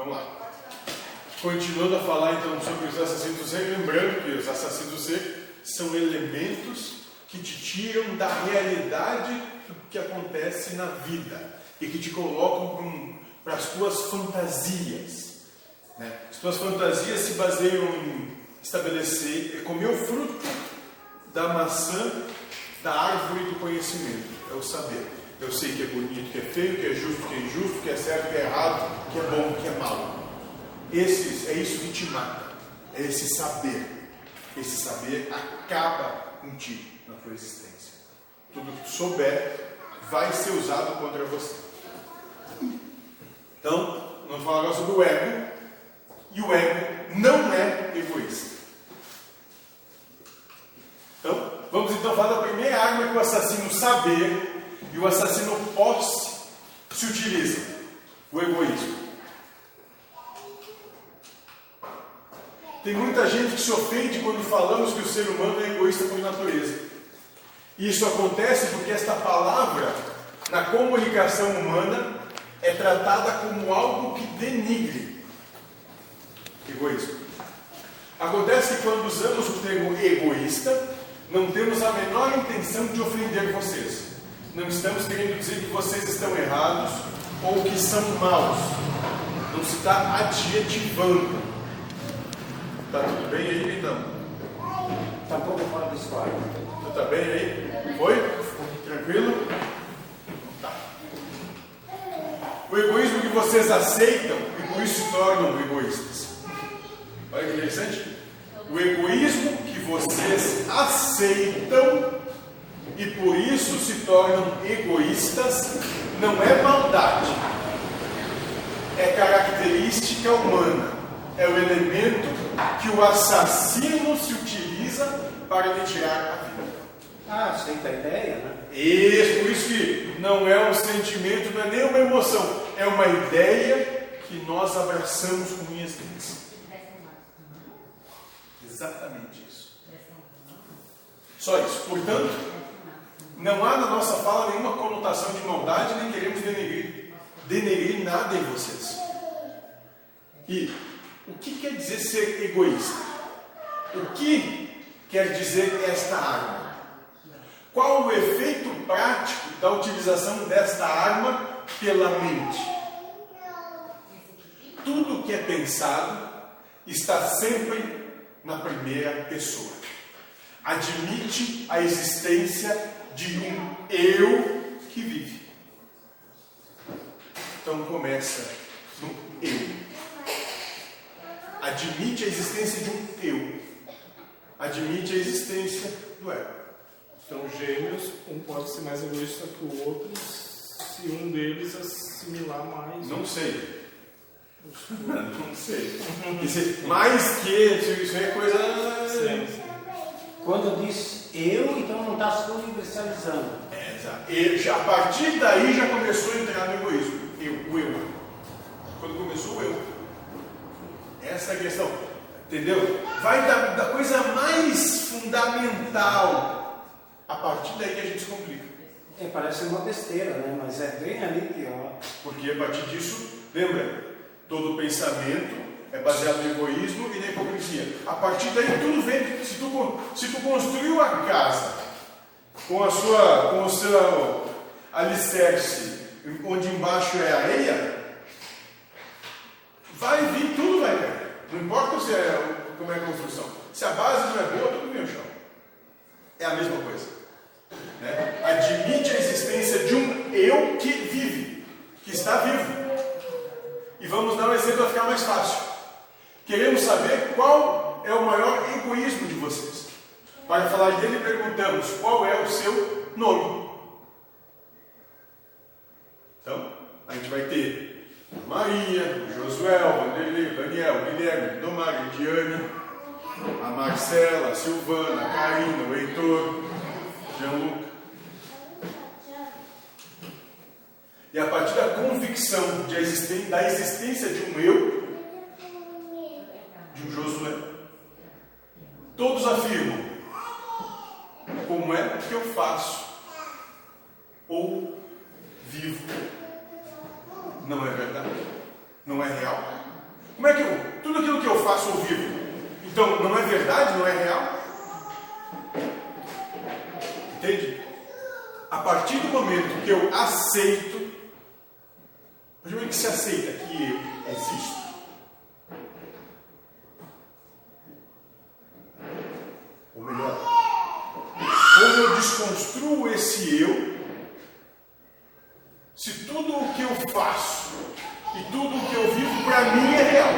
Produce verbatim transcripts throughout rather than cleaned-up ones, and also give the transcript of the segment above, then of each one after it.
Vamos lá. Continuando a falar então sobre os assassinos do ser, lembrando que os assassinos do ser são elementos que te tiram da realidade do que acontece na vida e que te colocam para as tuas fantasias. Né? As tuas fantasias se baseiam em estabelecer, comer o fruto da maçã da árvore do conhecimento, é o saber. Eu sei que é bonito, que é feio, que é justo, que é injusto, que é certo, que é errado, que é bom, que é mal. Esses, é isso que te mata, é esse saber. Esse saber acaba contigo, na tua existência. Tudo que tu souber vai ser usado contra você. Então, vamos falar agora sobre o ego. E o ego não é egoísta. Então, vamos então falar da primeira arma que o assassino saber e o assassino posse se utiliza: o egoísmo. Tem muita gente que se ofende quando falamos que o ser humano é egoísta por natureza. E isso acontece porque esta palavra, na comunicação humana, é tratada como algo que denigre. Egoísmo. Acontece que quando usamos o termo egoísta, não temos a menor intenção de ofender vocês. Não estamos querendo dizer que vocês estão errados ou que são maus. Não se está adjetivando. Está tudo bem aí, então? Está um pouco fora do história. Tu está bem aí? Foi? Tranquilo? Tá. O egoísmo que vocês aceitam e por isso se tornam egoístas. Olha que interessante. O egoísmo que vocês aceitam e por isso se tornam egoístas não é maldade. É característica humana. É o elemento que o assassino se utiliza para lhe tirar a vida. Ah, você tem a ideia, né? Isso, por isso que não é um sentimento, não é nem uma emoção. É uma ideia que nós abraçamos com unhas e dentes. Exatamente isso. Só isso. Portanto, não há na nossa fala nenhuma conotação de maldade, nem queremos denegrir, denegrir nada em vocês. E o que quer dizer ser egoísta? O que quer dizer esta arma? Qual o efeito prático da utilização desta arma pela mente? Tudo que é pensado está sempre na primeira pessoa. Admite a existência de um eu que vive. Então começa no eu. Admite a existência de um eu. Admite a existência do ego. Então, gêmeos, um pode ser mais egoísta que o outro se um deles assimilar mais. Não sei. Não sei. Isso, mais que isso é coisa. Sim, sim. Quando diz eu, então não está se universalizando. É, exato. E já, a partir daí já começou a entrar no egoísmo. Eu, o eu. Quando começou o eu. Essa é a questão. Entendeu? Vai da, da coisa mais fundamental. A partir daí que a gente se complica. É, parece uma besteira, né? Mas é bem ali que, ó. Porque a partir disso, lembra? Todo pensamento é baseado no egoísmo e na hipocrisia. A partir daí tudo vem. Se tu, se tu construiu a casa com a sua, com o seu alicerce, onde embaixo é areia, vai vir, tudo vai cair. Não importa se é, como é a construção. Se a base não é boa, tudo vem ao chão. É a mesma coisa. Né? Admite a existência de um eu que vive, que está vivo. E vamos dar um exemplo para ficar mais fácil. Queremos saber qual é o maior egoísmo de vocês. Para falar dele, perguntamos qual é o seu nome. Então, a gente vai ter Maria, Josué, Vanderlei, Daniel, Guilherme, Domar, Diane, a Marcela, a Silvana, a Karina, o Heitor, Jean-Luc. E a partir da convicção de existen- da existência de um eu, de um Josué, todos afirmam: como é que eu faço? Ou vivo? Não é verdade? Não é real? Como é que eu, tudo aquilo que eu faço ou vivo, então não é verdade, não é real? Entende? A partir do momento que eu aceito, a partir do momento que se aceita que eu existo, ou melhor, como eu desconstruo esse eu, se tudo o que eu faço e tudo o que eu vivo para mim é real.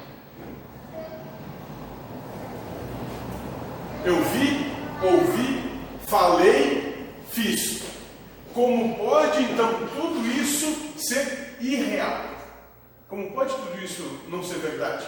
Eu vi, ouvi, falei, fiz. Como pode então tudo isso ser irreal? Como pode tudo isso não ser verdade?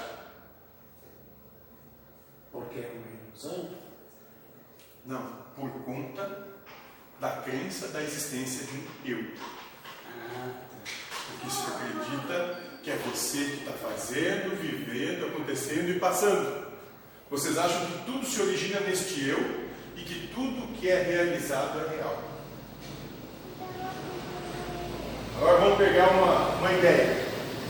Porque é uma ilusão? Não, por conta da crença da existência de um eu. Porque isso acredita que é você que está fazendo, vivendo, acontecendo e passando. Vocês acham que tudo se origina neste eu e que tudo que é realizado é real. Agora vamos pegar uma, uma ideia.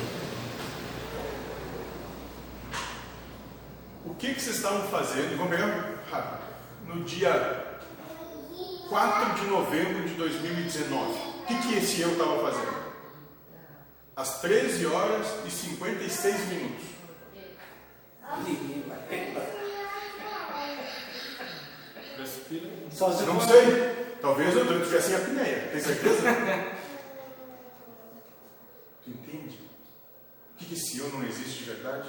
O que, que vocês estavam fazendo? Vamos pegar rápido. No dia quatro de novembro de dois mil e dezenove. O que, que esse eu estava fazendo? Às treze horas e cinquenta e seis minutos. Ninguém vai. Respira. Só se Não for- sei. Talvez eu tivesse em apneia. Tem certeza? Tu entende? O que, que esse eu não existe de verdade?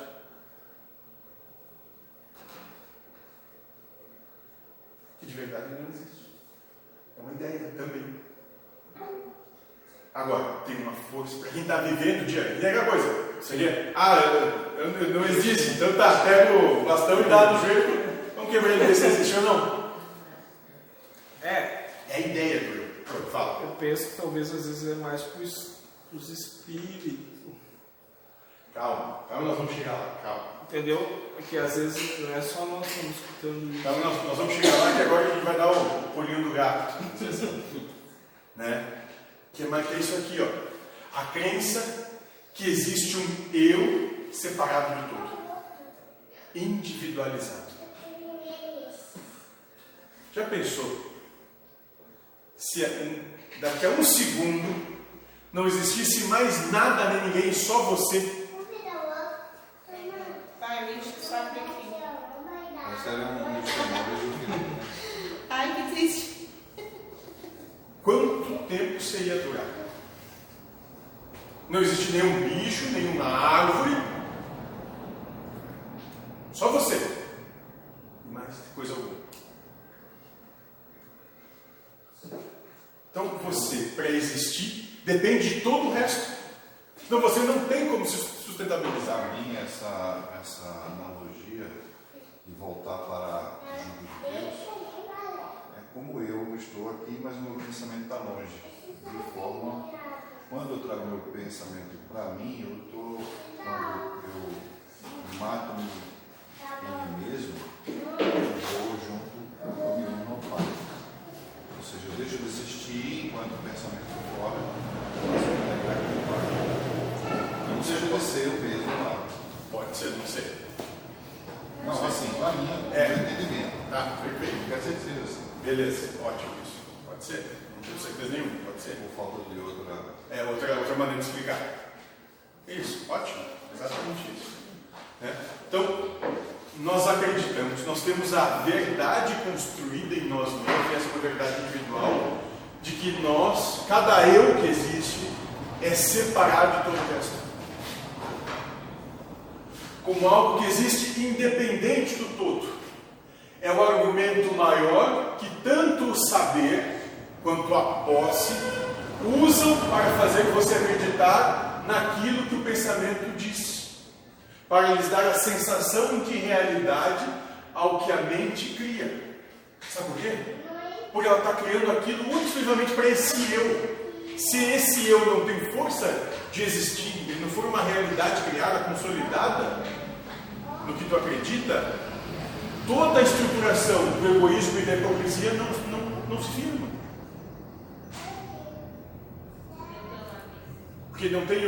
Que de verdade não existe. É uma ideia também. Agora, tem uma força para quem está vivendo o dia. E é aquela coisa. Seria, ah, eu, eu, não existe. Então tá, pega o bastão e dá no joelho. Vamos quebrar ele ver se existe ou não. É, É a ideia do eu. Pronto, fala. eu penso que talvez às vezes é mais para os espíritos. Calma, calma, nós vamos chegar lá. Calma. Entendeu? Que às vezes não é só nós estamos escutando isso. Calma, nós, nós vamos chegar lá que agora a gente vai dar o pulinho do gato. Né? Que é mais que é isso aqui, ó. A crença que existe um eu separado de todo, individualizado. Já pensou se daqui a um segundo não existisse mais nada nem ninguém, só você? Ai, me enche o saco aqui. Essa era um dos temores do filme. Ai, que triste. Quanto tempo você ia durar? Não existe nenhum bicho, nenhuma árvore. Só você. E mais coisa alguma. Então você, para existir, depende de todo o resto. Então você não tem como se sustentabilizar. Para mim, essa, essa analogia de voltar para junto de Deus é como eu estou aqui, mas o meu pensamento está longe. De forma, quando eu trago meu pensamento para mim, eu estou, quando eu mato-me em mim mesmo, eu vou junto comigo no Pai. Ou seja, eu deixo de existir enquanto o pensamento está fora, eu passo a me integrar com o Pai. Não seja você o mesmo lá. Pode ser, não sei. Não, assim, para mim, É. é o meu entendimento. Tá, perfeito. Não quer dizer que seja assim, Beleza, ótimo isso. Pode ser. Não tenho certeza nenhuma, pode ser. por falta de outra. É outra, outra maneira de explicar. Isso, ótimo. Exatamente isso. Né? Então, nós acreditamos, nós temos a verdade construída em nós mesmos, essa é uma verdade individual, de que nós, cada eu que existe, é separado de todo o resto. Como algo que existe independente do todo. É o argumento maior que tanto o saber quanto a posse usam para fazer você acreditar naquilo que o pensamento diz, para lhes dar a sensação de realidade ao que a mente cria. Sabe por quê? Porque ela está criando aquilo exclusivamente para esse eu. Se esse eu não tem força de existir, ele não for uma realidade criada, consolidada no que tu acredita, toda a estruturação do egoísmo e da hipocrisia não, não, não se firma. Porque não tem o,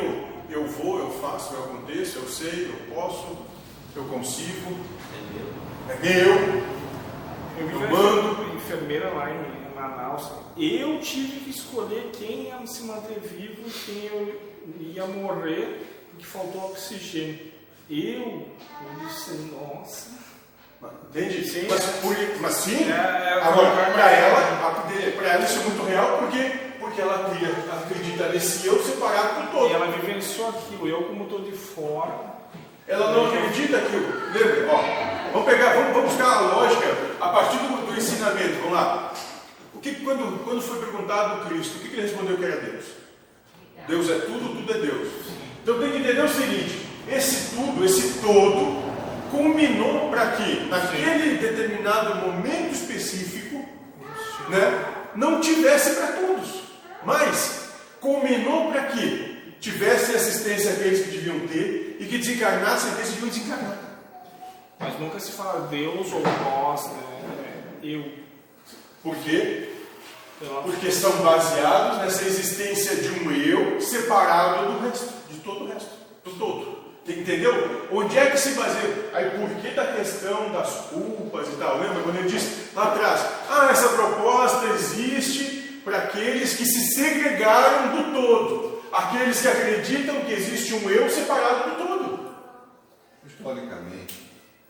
eu vou, eu faço, eu aconteço, eu sei, eu posso, eu consigo, é meu, Eu vi eu uma mando. enfermeira lá em Manaus. Eu tive que escolher quem ia se manter vivo e quem eu ia morrer porque faltou oxigênio. Eu, eu disse, nossa. Entende? Sim, mas, é. por, mas sim, É, é, agora, é, para é, ela, para ela isso é muito real, porque, porque ela cria, acredita nesse eu separado do todo. E ela vivenciou aquilo. Eu, como estou de fora. Ela não acredita que. Lembra? Ó, vamos pegar, vamos, vamos buscar a lógica a partir do, do ensinamento. Vamos lá. O que, quando, quando foi perguntado o Cristo, o que, que ele respondeu que era Deus? Deus é tudo, tudo é Deus. Então tem que entender o seguinte: esse tudo, esse todo, culminou para que, naquele determinado momento específico, né, não tivesse para todos, mas culminou para que tivesse assistência àqueles que deviam ter e que desencarnassem aqueles que deviam desencarnar. Mas nunca se fala Deus ou nós, né? Eu. Por quê? Eu Porque são baseados nessa existência de um eu separado do resto, de todo o resto, do todo. Entendeu? Onde é que se baseia? Aí por que da questão das culpas e tal? Lembra quando eu disse lá atrás? Ah, essa proposta existe para aqueles que se segregaram do todo. Aqueles que acreditam que existe um eu separado do todo. Historicamente,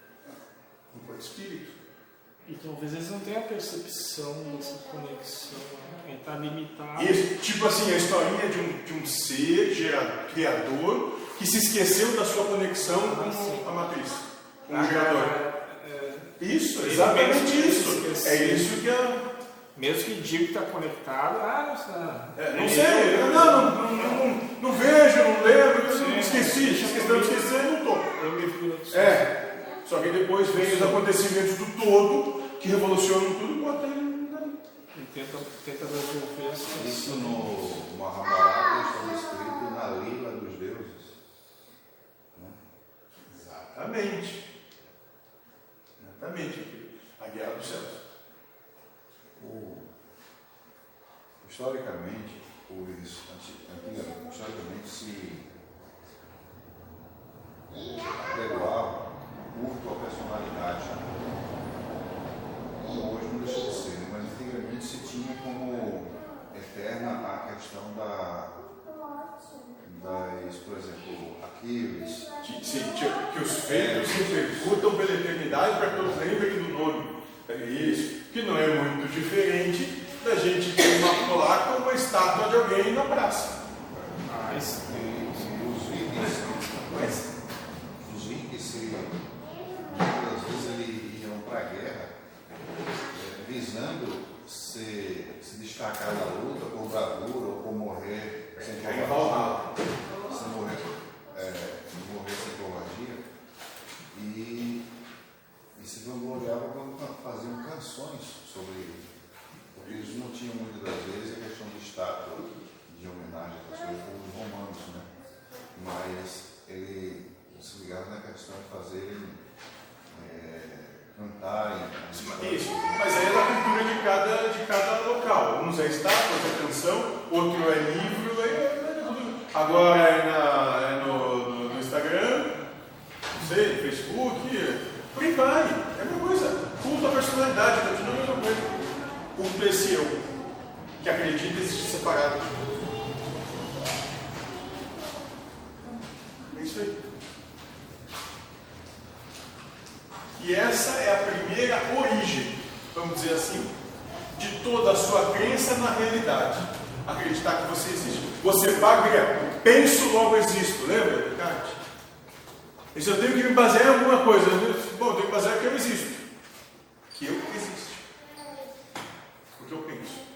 O espírito. E talvez eles não tenham a percepção dessa conexão, né? Está limitado. Isso, tipo assim, a historinha de um, de um ser gera, criador que se esqueceu da sua conexão com Ah, sim. a matriz, com o Ah, gerador. é, é, Isso, Ele exatamente mesmo se isso. esqueceu. É isso que a. mesmo que diga que está conectado, ah, não sei. É, não sei, eu não, não, não, não, não vejo, não lembro, eu não Sim. esqueci, tinha questão de esquecer, não estou. Eu me viro disso. É, só que depois vem os acontecimentos do todo que revolucionam tudo e bota ele ali. E tenta, tenta resolver essa isso no Mahabharata está escrito na Lila dos deuses. Né? Exatamente. Exatamente. A guerra dos céus. O, historicamente, os, antigamente, historicamente se apregoava culto à personalidade. Hoje não deixa de ser, né? Mas antigamente se tinha como eterna a questão da, das, por exemplo, Aquiles. Que, sim, que os feitos se executam pela eternidade para que todos lembrem do nome. É isso. Que não é muito diferente da gente ter uma placa ou uma estátua de alguém na praça. Mas, Os vikings, Mas, os vikings se, muitas vezes eles iam para a guerra eh, visando se, se destacar na luta por bravura ou por morrer sem é em covardia, Valhalla. sem morrer, eh, morrer sem covardia, e, e se vangloriavam quando faziam canções sobre ele, porque eles não tinham muitas das vezes a questão de estátua, de homenagem às coisas como os romanos, né? Mas ele se ligava na questão de fazer é, cantarem. Isso, mas aí é da cultura de cada, de cada local. Uns é estátua, outro é canção, outro é livro. É, é tudo. Agora é, na, é no, no, no Instagram, não sei, Facebook, por aí vai. É a mesma coisa. Culto à personalidade, continua a mesma coisa. Culto a esse eu, que acredita existir separado. É isso aí. E essa é a primeira origem, vamos dizer assim, de toda a sua crença na realidade. Acreditar que você existe. Você paga, penso, logo existo. Lembra, Descartes? E se eu tenho que me basear em alguma coisa, eu, bom, eu tenho que basear que eu existo. Que eu existo. Porque eu penso.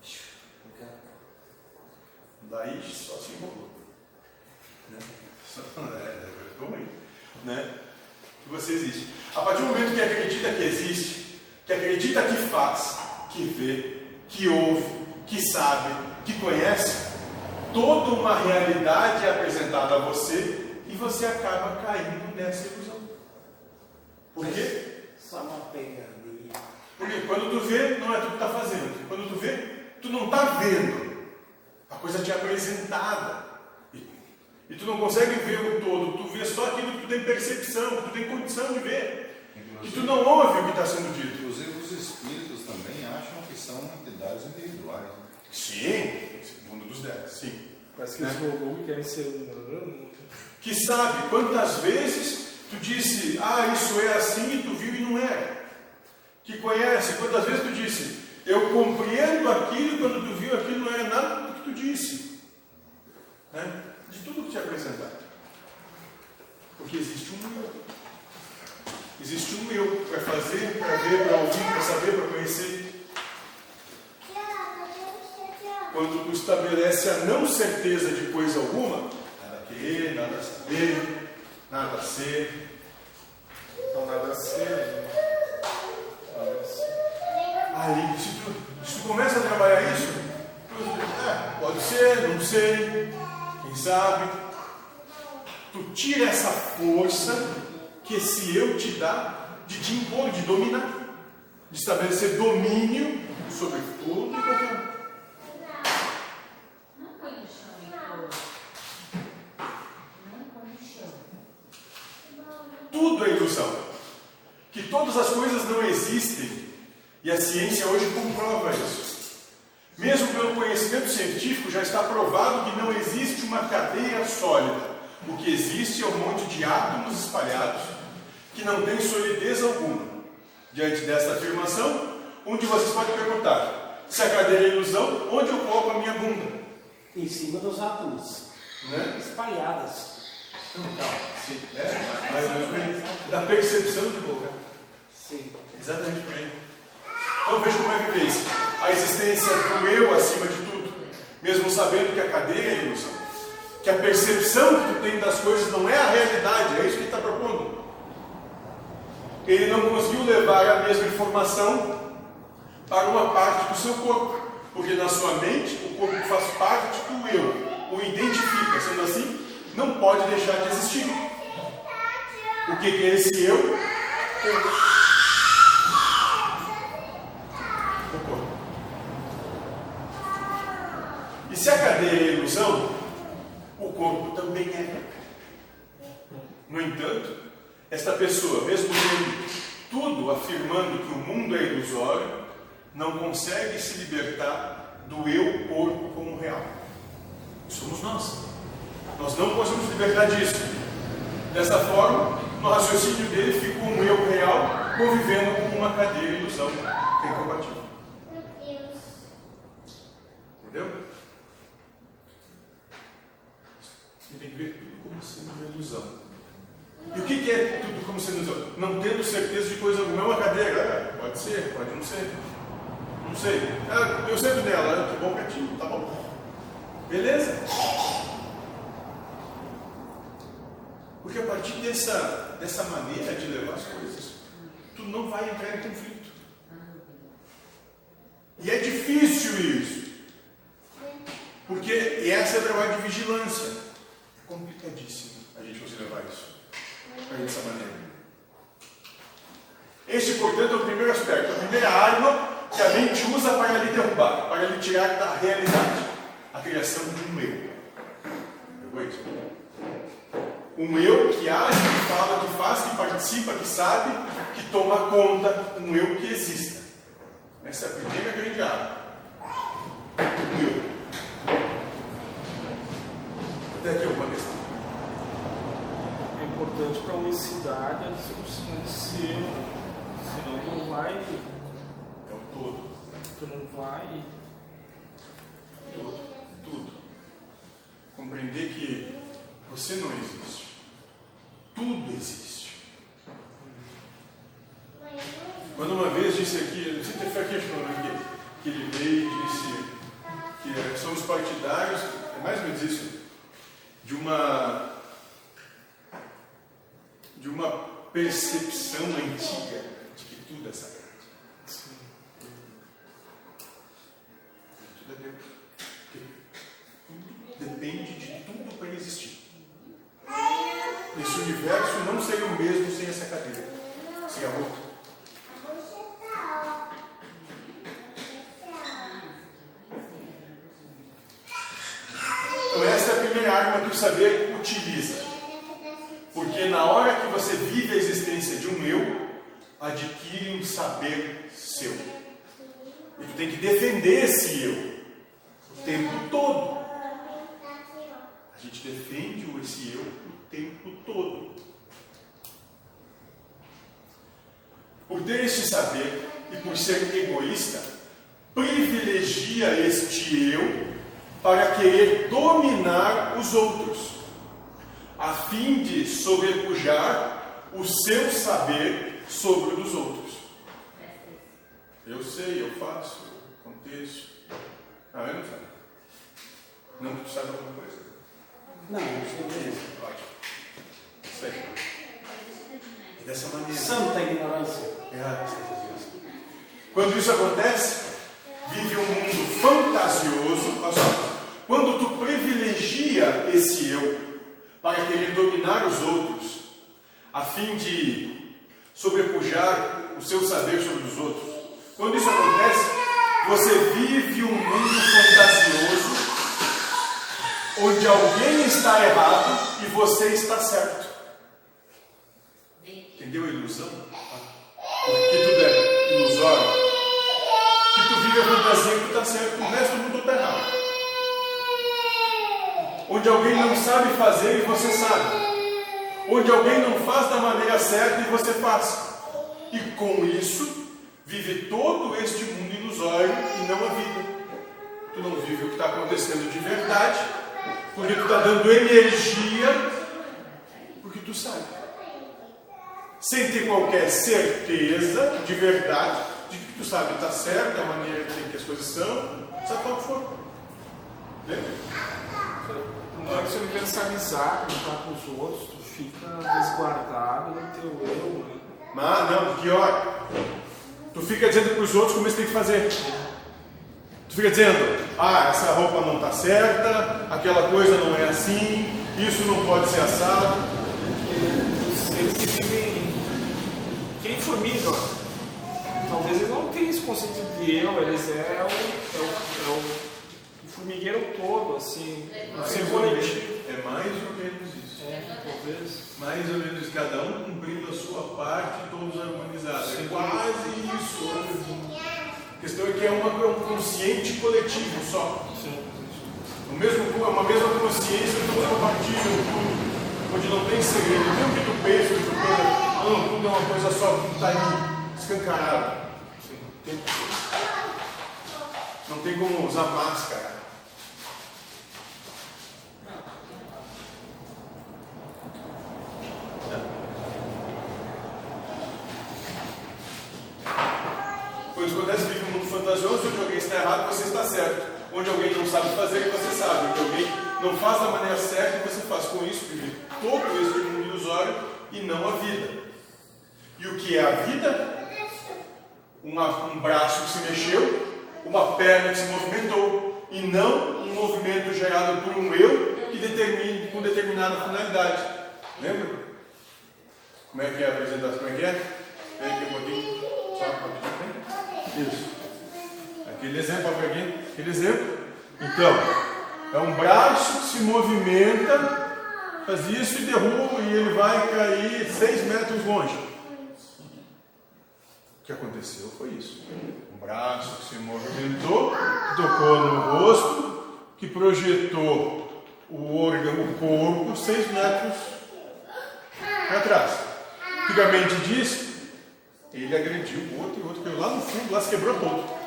Daí só se enrolou. Né? Só, é, eu tô ruim. Né? Que você existe. A partir do momento que acredita que existe, que acredita que faz, que vê, que ouve, que sabe, que conhece, toda uma realidade é apresentada a você e você acaba caindo nessa ilusão. Por quê? Só uma pegadinha. Porque quando tu vê, não é tu que está fazendo. Quando tu vê, tu não está vendo. A coisa te é apresentada. E, E tu não consegue ver o todo, tu vê só aquilo que tu tem percepção, que tu tem condição de ver. E tu não ouve o que está sendo dito. Inclusive os espíritos também acham que são entidades individuais. Né? Sim, segundo dos dez, sim. Parece que eles roubam e querem ser humano. Que sabe quantas vezes tu disse, ah, isso é assim, e tu viu e não era. Que conhece, quantas vezes tu disse, eu compreendo aquilo, e quando tu viu aquilo não era nada do que tu disse. Né? De tudo que te apresentar. Porque existe um eu. Existe um eu para fazer, para ver, para ouvir, para saber, para conhecer. Quando tu estabelece a não certeza de coisa alguma, nada querer, nada saber, nada ser. Não nada a ser. Nada a ser. Aí, se tu, se tu começa a trabalhar isso, tu, é, pode ser, não sei, quem sabe. Tu tira essa força que esse eu te dá de te impor, de dominar, de estabelecer domínio sobre tudo e qualquer um. Tudo é ilusão. Que todas as coisas não existem. E a ciência hoje comprova isso. Mesmo pelo conhecimento científico, já está provado que não existe uma cadeia sólida. O que existe é um monte de átomos espalhados que não tem solidez alguma. Diante desta afirmação, um de vocês pode perguntar: se a cadeia é ilusão, onde eu coloco a minha bunda? Em cima dos átomos, Né? espalhadas. Então, sim. É, mais ou menos por aí. Da percepção de colocar. Sim. Exatamente por aí. Então veja como é que fez. A existência do eu acima de tudo, mesmo sabendo que a cadeia é ilusão, que a percepção que tu tem das coisas não é a realidade, é isso que ele está propondo. Ele não conseguiu levar a mesma informação para uma parte do seu corpo, porque na sua mente o corpo faz parte do eu, o identifica, sendo assim, não pode deixar de existir. O que é esse eu? O corpo. E se a cadeia é ilusão, o corpo também é. No entanto, esta pessoa, mesmo tendo tudo afirmando que o mundo é ilusório, não consegue se libertar do eu corpo como real. Somos nós. Nós não conseguimos libertar disso. Dessa forma, no raciocínio dele fica um eu real convivendo com uma cadeia de ilusão que é incompatível. Entendeu? Você tem que ver tudo como sendo uma ilusão. E o que é tudo como sendo ilusão? Não tendo certeza de coisa alguma. É uma cadeira? Ah, pode ser, pode não ser. Não sei. Ah, eu sei dela, que bom pertinho, tá bom. Beleza? Porque a partir dessa, dessa maneira de levar as coisas, tu não vai entrar em conflito. E é difícil isso. Porque essa é o trabalho de vigilância. É complicadíssimo a gente conseguir levar isso para dessa maneira. Este, portanto, é o primeiro aspecto, a primeira arma que a mente usa para lhe derrubar, para lhe tirar da realidade, a criação de um eu. Pegou isso? Um eu que age, que fala, que faz, que participa, que sabe, que toma conta, um eu que exista. Essa é a primeira grande arma. Um eu. Até aqui uma questão. É importante para a unicidade a dissolução de ser, senão tu não vai. É o todo. Tu não vai. Tudo. Tudo. Compreender que você não existe. Tudo existe. Quando uma vez disse aqui, não sei se foi aqui, acho que, que ele veio e disse que somos partidários, é mais ou menos isso, de uma, de uma percepção antiga de que tudo é sagrado. Sim. Tudo é Deus. Tudo depende de tudo para existir. Esse universo não seria o mesmo sem essa cadeira, sem a outra. Então essa é a primeira arma que o saber Porque na hora que você vive a existência de um eu, adquire um saber seu. E tu tem que defender esse eu o tempo todo. A gente defende esse eu o tempo todo. Por ter este saber e por ser egoísta, privilegia este eu para querer dominar os outros, a fim de sobrepujar o seu saber sobre o dos outros. Eu sei, eu faço, aconteço. Ah, eu não sei. Não que tu saiba alguma coisa. Não, não sei mesmo. Ótimo. Sei. E dessa maneira. Santa ignorância. É, quando isso acontece, vive um mundo fantasioso. Olha só, quando tu privilegia esse eu para querer dominar os outros, a fim de sobrepujar o seu saber sobre os outros, quando isso acontece, você vive um mundo fantasioso onde alguém está errado e você está certo. Entendeu a ilusão? Porque tudo é ilusório. Que tu vive a fantasia que tu está certo, o resto do mundo está errado. Onde alguém não sabe fazer e você sabe. Onde alguém não faz da maneira certa e você faz. E com isso, vive todo este mundo ilusório e não a vida. Tu não vive o que está acontecendo de verdade, porque tu está dando energia, porque tu sabe. Sem ter qualquer certeza de verdade, de que tu sabe que está certo, da maneira que as coisas são, sabe qual for. Lembra? Não é que se universalizar, contar com os outros, tu fica desguardado no teu eu, né? Mas não, pior. Tu fica dizendo para os outros como eles têm que fazer. Tu fica dizendo, ah, essa roupa não está certa, aquela coisa não é assim, isso não pode ser assado. Eles que vivem que nem formiga. Talvez eles não tenham esse conceito de eu, eles é o, é o, é o formigueiro todo, assim, o ser coletivo. É mais ou menos isso. É, talvez. Mais ou menos cada um cumprindo a sua parte, todos harmonizados. É quase isso. A questão é que é uma, um consciente coletivo só. Sim. O mesmo, uma mesma consciência, todos compartilham tudo, onde não tem segredo, não tem o que tu pensa, o que tu pensa, não, tudo é uma coisa só, tudo está aí, escancarado. Tem, não tem como usar máscara. Quando acontece, vive um mundo fantasioso, onde alguém está errado, você está certo. Onde alguém não sabe fazer, você sabe. Onde alguém não faz da maneira certa, você faz. Com isso, vive todo este mundo ilusório e não a vida. E o que é a vida? Uma, um braço que se mexeu, uma perna que se movimentou, e não um movimento gerado por um eu que determine com determinada finalidade. Lembra? Como é que é a apresentação? Como é que é? Vem aqui um pouquinho. Só um pouquinho. Isso. Aquele exemplo, aqui, aquele exemplo. Então, é um braço que se movimenta, faz isso e derruba, e ele vai cair seis metros longe. O que aconteceu foi isso. Um braço que se movimentou, que tocou no rosto, que projetou o órgão, o corpo, seis metros para trás. Antigamente diz, ele agrediu o outro e o outro caiu lá no fundo, lá se quebrou todo.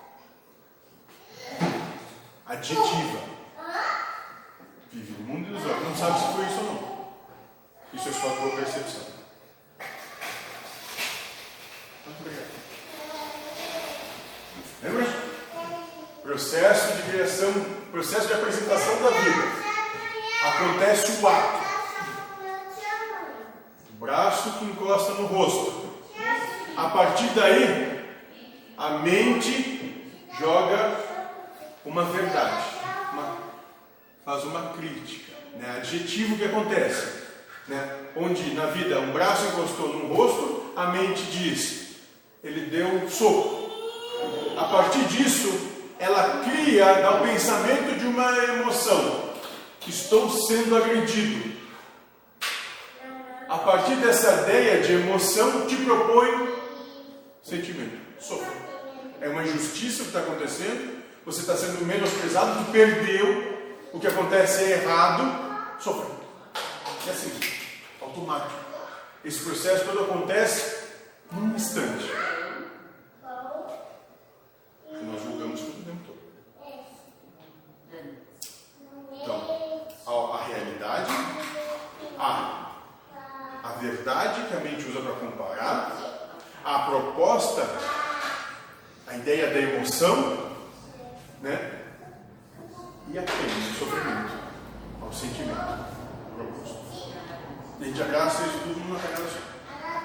Adjetiva. Vive no mundo dos olhos. Não sabe se foi isso ou não. Isso é só a tua percepção. Muito obrigado. Lembra? Processo de criação, processo de apresentação da vida. Acontece o ato. O braço que encosta no rosto. A partir daí, a mente joga uma verdade, uma, faz uma crítica, né? Adjetivo que acontece, né? Onde na vida um braço encostou no rosto, a mente diz, ele deu um soco. A partir disso, ela cria, dá o pensamento de uma emoção, estou sendo agredido. partir dessa ideia de emoção, te propõe sentimento, sofrer. É uma injustiça o que está acontecendo, você está sendo menosprezado, tu perdeu, o que acontece é errado, sofrer. É assim, automático. Esse processo todo acontece num instante. E nós julgamos tudo o tempo todo. Então, a, a realidade, a, a verdade que a mente usa para comparar, a proposta, a ideia da emoção, né? E a pena, o sofrimento, ao sentimento proposto. E a gente abraça isso tudo numa carada só.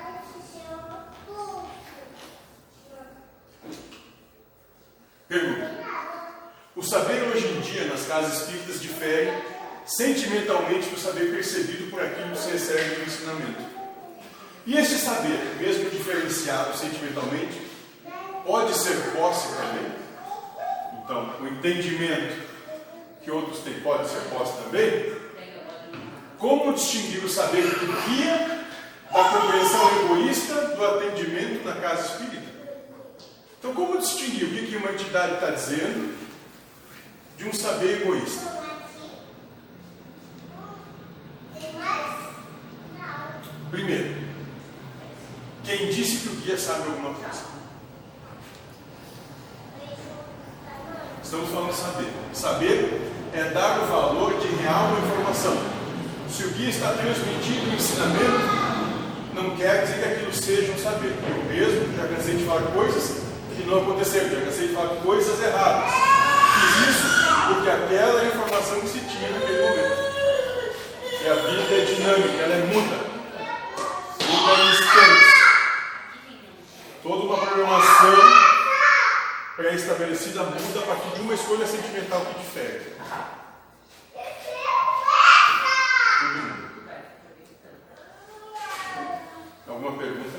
Pergunta: o saber hoje em dia nas casas espíritas difere sentimentalmente do saber percebido por aquilo que se recebe do ensinamento. E este saber, mesmo diferenciado sentimentalmente, pode ser posse também? Então, o entendimento que outros têm pode ser posse também? Como distinguir o saber que guia da compreensão egoísta do atendimento na casa espírita? Então, como distinguir o que uma entidade está dizendo de um saber egoísta? Primeiro, quem disse que o guia sabe alguma coisa? Estamos falando de saber. Saber é dar o valor de real à informação. Se o guia está transmitindo o ensinamento, não quer dizer que aquilo seja um saber. Eu mesmo já cansei de falar coisas que não aconteceram, já cansei de falar coisas erradas. Fiz isso porque aquela é a informação que se tinha naquele momento. E a vida é dinâmica, ela é muda. Muda em instantes. Toda uma programação pré-estabelecida muda a partir de uma escolha sentimental que difere. Tudo muda. Alguma pergunta?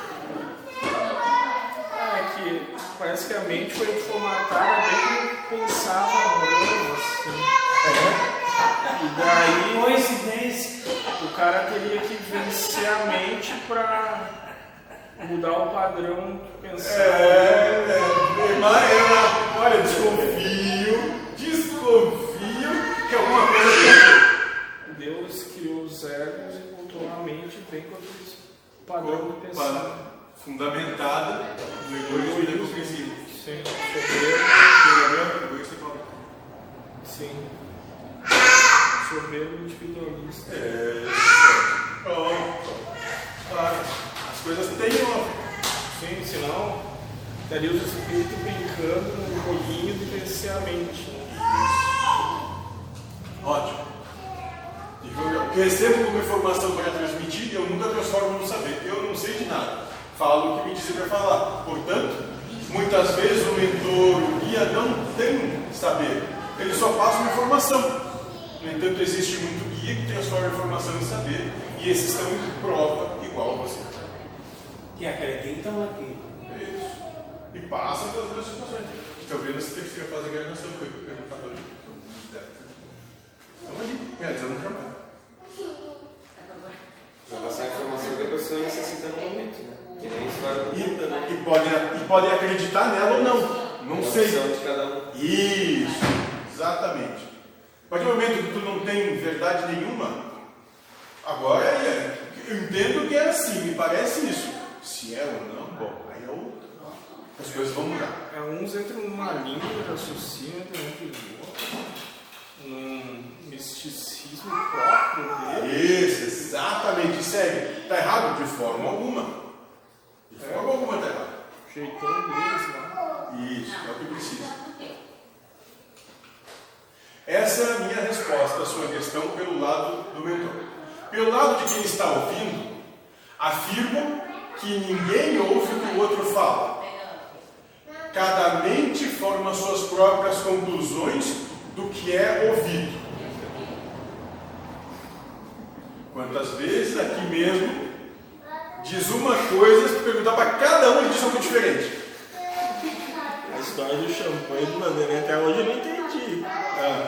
Ah, é que parece que a mente foi formatada bem como pensava mesmo, assim. É. E daí Coincidência. o cara teria que vencer a mente para mudar o padrão de pensar. É, é, mas eu, olha, desconfio, desconfio que alguma coisa tem. Deus criou os egos e botou a mente bem com aquele padrão de pensar. Pa- Fundamentada no egoísmo e na hipocrisia. Sim, Soberbo, egoísta e pobre. sim. Soberbo individualista. É, pronto. Claro. As coisas têm uma. Sim, senão estaria os espíritos brincando no joguinho de vencer a mente. Né? Ótimo. O que recebo como informação para transmitir, eu nunca transformo no saber. Eu não sei de nada. Falo o que me dizem para falar. Portanto, muitas vezes o mentor, o guia não tem saber. Ele só passa uma informação. No entanto, existe muito guia que transforma a informação em saber. E esses estão em prova igual a você. Que acreditam aqui. É isso. E passa pelas duas situações. Estão vendo essa terceira fase da encarnação, foi perguntado hoje. Estão ali, realizando um trabalho. Já passar a informação que a pessoa necessita no momento, né? Que nem a história do E, Buda, né? e, podem, e podem acreditar nela ou não. Não É a sei. opção de cada um. Isso, exatamente. A partir do momento que tu não tem verdade nenhuma, agora é, eu entendo que é assim, me parece isso. Se é ou não, bom, aí é outro. As coisas vão mudar. É, uns entram numa linha de raciocínio, entram no outro, num misticismo próprio dele. Isso, exatamente, segue. Está errado? De forma alguma. De forma É. alguma está errado. O jeitão deles lá. Isso, é o que precisa. Essa é a minha resposta à sua questão pelo lado do mentor. Pelo lado de quem está ouvindo, afirmo que ninguém ouve o que o outro fala. Cada mente forma suas próprias conclusões do que é ouvido. Quantas vezes aqui mesmo diz uma coisa, se perguntar para cada um, ele diz algo diferente. A história do champanhe do Vanderlei até hoje eu não entendi.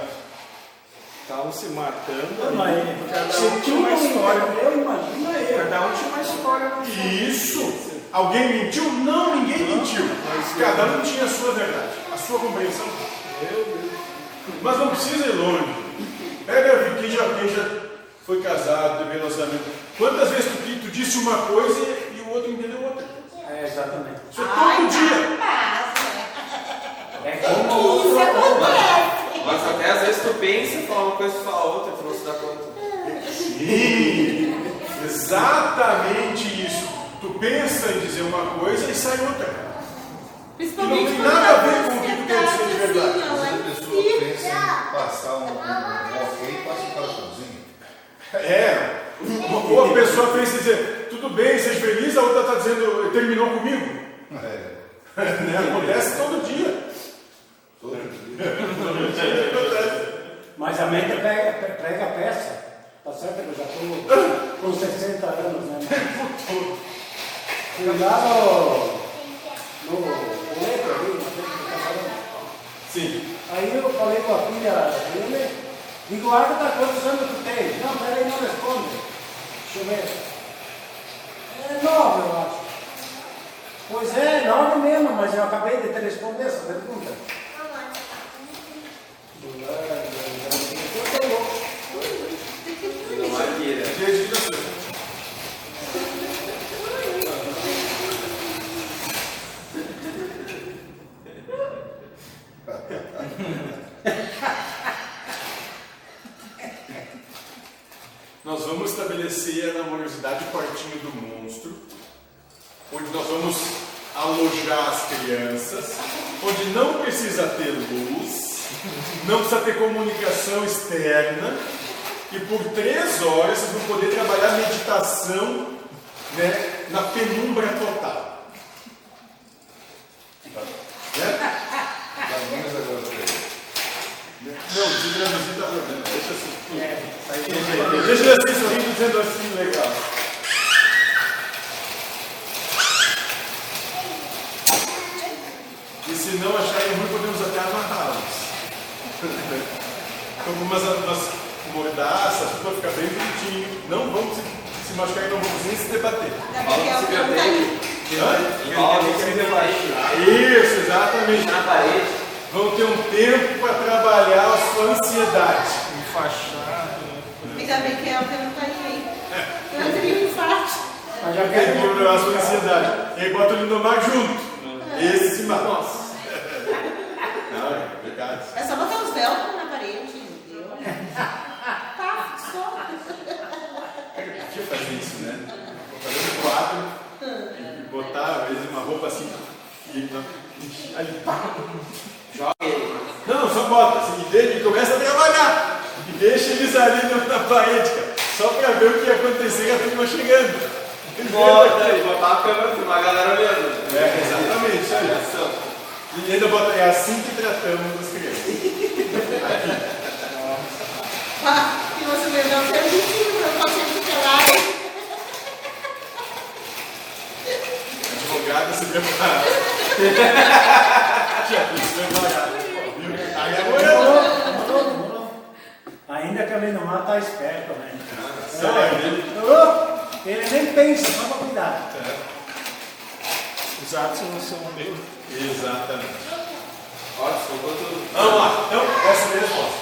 Estavam se matando, Não, mas cada se um tu tinha uma não história. entendeu, imagina eu. isso? Alguém mentiu? Não, ninguém mentiu. Cada um tinha a sua verdade, a sua compreensão. Mas não precisa ir longe. Pega quem já, quem já foi casado, teve relacionamento. Quantas vezes tu, tu disse uma coisa e o outro entendeu outra? É, exatamente. Isso é todo dia. É como Isso acontece. Mas até às vezes tu pensa, fala uma coisa e fala outra, tu não se dá conta. Sim, exatamente isso. Tu pensa em dizer uma coisa e sai outra. Que não Principalmente tem quando nada a tá ver com o que tu quer dizer de verdade. assim, ó, lá Às em vezes a pessoa cima. pensa em passar um, um, um ok e passa o coraçãozinho. É. Ou a pessoa pensa em dizer, tudo bem, seja feliz, a outra está dizendo, terminou comigo. É, Né? Acontece todo dia. todo dia. Todo dia acontece. Mas a mente prega, prega a peça. Tá certo que eu já estou com sessenta anos, né? Fui lá no, no boleto ali, na frente do casamento. Sim. Aí eu falei com a filha dele, digo, Agatha, quantos anos tu tem? Não, peraí, não responde. Deixa eu ver. É nove, eu acho. Pois é, nove mesmo, mas eu acabei de te responder essa pergunta. Eu tô louco. Não há guia. Gente, que você. Nós vamos estabelecer a namorosidade quartinho do monstro, onde nós vamos alojar as crianças, onde não precisa ter luz, não precisa ter comunicação externa, e por três horas vocês vão poder trabalhar meditação, né, na penumbra total. Né? Caminhos agora pra ele. Não, de traduzir dá problema, deixa assim. Deixa ele assim, sorrindo, dizendo assim, legal. E se não acharem ruim, podemos até amarrá-los. Com algumas umas mordaças, para ficar bem bonitinho. Não vamos se, se machucar e não vamos nem se debater. Fala que se perdeu. Hã? Fala que se perdeu. Isso, exatamente. Na parede. Vão ter um tempo para trabalhar a sua ansiedade. Enfaixar. Ainda bem que ela não tá aí. Eu teria um infarto. Mas já Tem quero que melhorar a sua ansiedade. E aí bota o Lindomar junto. Esse se mata. Nossa. Não, é complicado. É só botar os velcros na parede, entendeu? Tá, só. Deixa eu fazer isso, né? Vou fazer um quadro e botar, às vezes, uma roupa assim. E ali, pá. Joga ele. Não, só bota assim, e deixa- e começa a trabalhar. E deixa eles ali na, na parede, cara. Só pra ver o que ia acontecer com a turma chegando. Bota aí, botar a câmera, uma galera olhando. É, exatamente, isso aí. Reação. E ainda bota, é assim que tratamos as crianças. Ah, e você vai dar um serviço pra eu fazer ficar lá. Advogada se prepara. Já fiz preparado. Viu? Aí agora Demorou, demorou. Ainda que a Lindomar está esperto, né? sério. Demorou? Ele nem pensa, só para cuidar. Os atos não são o mesmo. Exatamente. Olha, soltou tudo. Vamos lá. Então, essa é a resposta.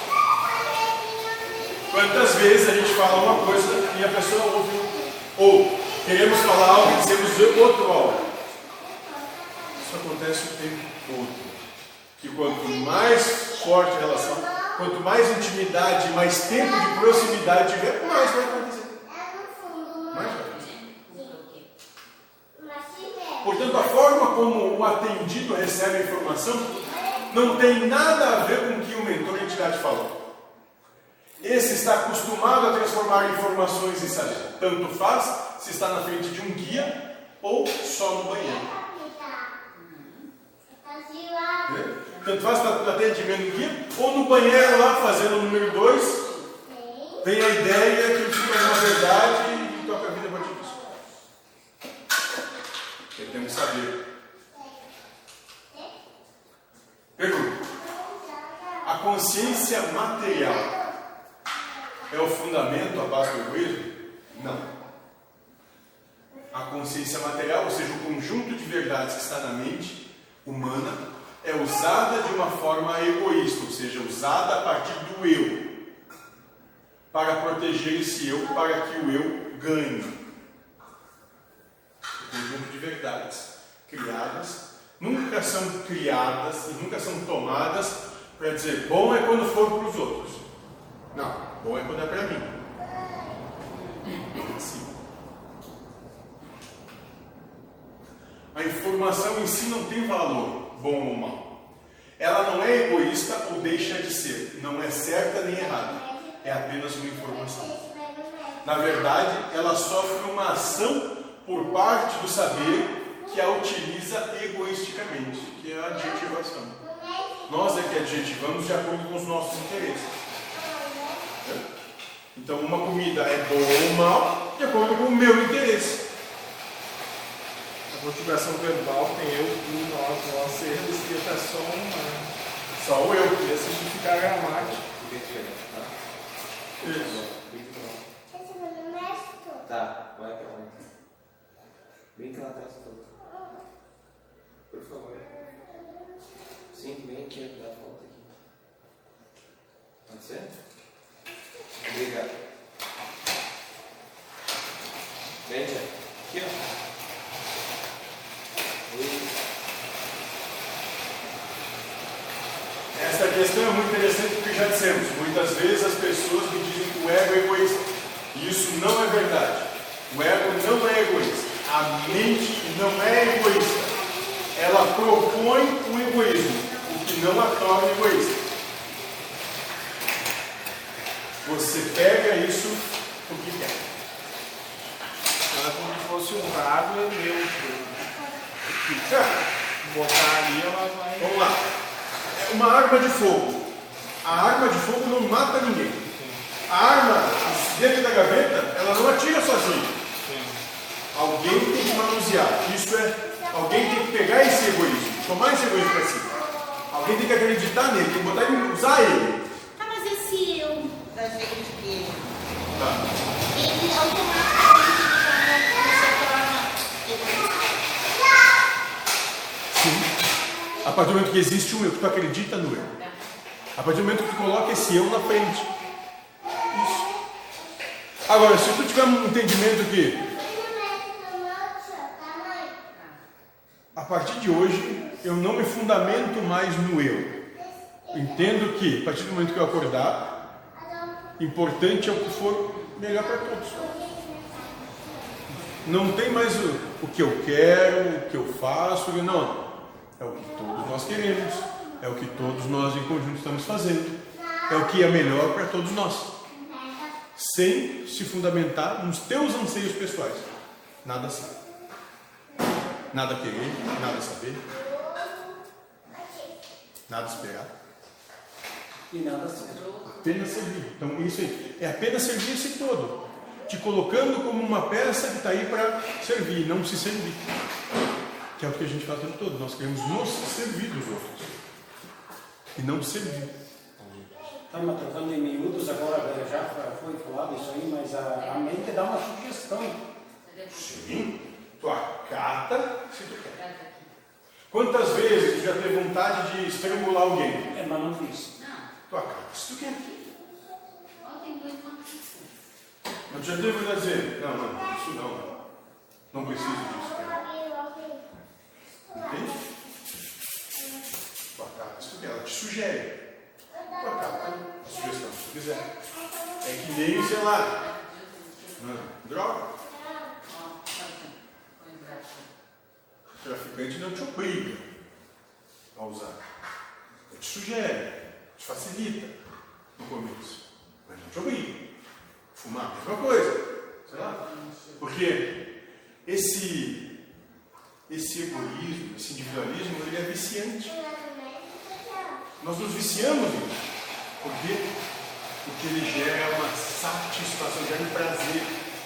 Quantas vezes a gente fala uma coisa e a pessoa ouve, ou queremos falar algo e dizemos outro algo? Isso acontece o tempo todo. Que quanto mais forte a relação, quanto mais intimidade, mais tempo de proximidade tiver, mais vai acontecer. Mais vai acontecer. Portanto, a forma como o atendido recebe a informação não tem nada a ver com o que o mentor e a entidade falou. Esse está acostumado a transformar informações em saber. Tanto faz se está na frente de um guia ou só no banheiro. Né? Tanto faz se está na atendimento do guia ou no banheiro lá fazendo o número dois, vem a ideia que se torna uma verdade e toca a vida a partir disso. Porque temos que saber. Pergunta. A consciência material é o fundamento, a base do egoísmo? Não. A consciência material, ou seja, o conjunto de verdades que está na mente humana, é usada de uma forma egoísta, ou seja, usada a partir do eu, para proteger esse eu, para que o eu ganhe. O conjunto de verdades criadas, nunca são criadas e nunca são tomadas para dizer, bom é quando for para os outros. Não, bom é quando é para mim. Sim. A informação em si não tem valor, bom ou mal. Ela não é egoísta ou deixa de ser. Não é certa nem errada. É apenas uma informação. Na verdade, ela sofre uma ação por parte do saber que a utiliza egoisticamente, que é a adjetivação. Nós é que adjetivamos de acordo com os nossos interesses. Então, uma comida é boa ou mal de acordo com o meu interesse. A conjugação verbal tem eu, tu, nós, nós, eles, que é só uma. Só o eu. Ia simplificar a gramática. Isso. Tá, vai pra lá. Vem cá atrás toda. Por favor. Sim, vem aqui, dá a volta aqui. Pode ser? Obrigado. Vem, Tia. Aqui, ó. Essa questão é muito interessante porque já dissemos, muitas vezes as pessoas me dizem que o ego é egoísta. E isso não é verdade. O ego não é egoísta. A mente não é egoísta. Ela propõe o egoísmo, o que não a torna egoísta. Você pega isso porque quer. Ela é como se fosse um hardware neutro. Botar ali, ela vai. Vamos lá. É uma arma de fogo. A arma de fogo não mata ninguém. A arma dentro da gaveta, ela não atira sozinha. Alguém tem que manusear. Isso é, alguém tem que pegar esse egoísmo, tomar esse egoísmo para si. Alguém tem que acreditar nele, tem que botar ele, usar ele. Tá, mas esse eu da gente que Tá. ele automaticamente se torna egoísta. Sim. A partir do momento que existe um eu, que tu acredita no eu. A partir do momento que tu coloca esse eu na frente. Isso. Agora, se tu tiver um entendimento que a partir de hoje eu não me fundamento mais no eu. Entendo que a partir do momento que eu acordar, importante é o que for melhor para todos. Não tem mais o, o que eu quero, o que eu faço, não. É o que todos nós queremos, é o que todos nós em conjunto estamos fazendo, é o que é melhor para todos nós, sem se fundamentar nos teus anseios pessoais. Nada assim. Nada querer, nada saber, nada esperar. E nada ser. Apenas servir. Então isso aí é apenas servir esse todo, te colocando como uma peça que está aí para servir, não se servir. Que é o que a gente faz o tempo todo. Nós queremos nos servir dos outros e não servir. Estamos trocando em miúdos agora, já foi falado isso aí, mas a, a mente dá uma sugestão. Sim, tu acata se tu quer. Quantas vezes tu já teve vontade de estrangular alguém? É, mas não fiz. Tu acata se tu quer. Mas tu já teve vontade de dizer, não, não, isso não, não preciso disso. Entende? Tu acata se tu quer, ela te sugere. Tu acata a sugestão se tu quiser. É que nem, sei lá, droga. O traficante não te obriga a usar. Ele te sugere, te facilita no começo, mas não te obriga. Fumar, a mesma coisa. Sei lá. Porque esse, esse egoísmo, esse individualismo, ele é viciante. Nós nos viciamos nisso. Por quê? Porque ele gera uma satisfação, gera um prazer.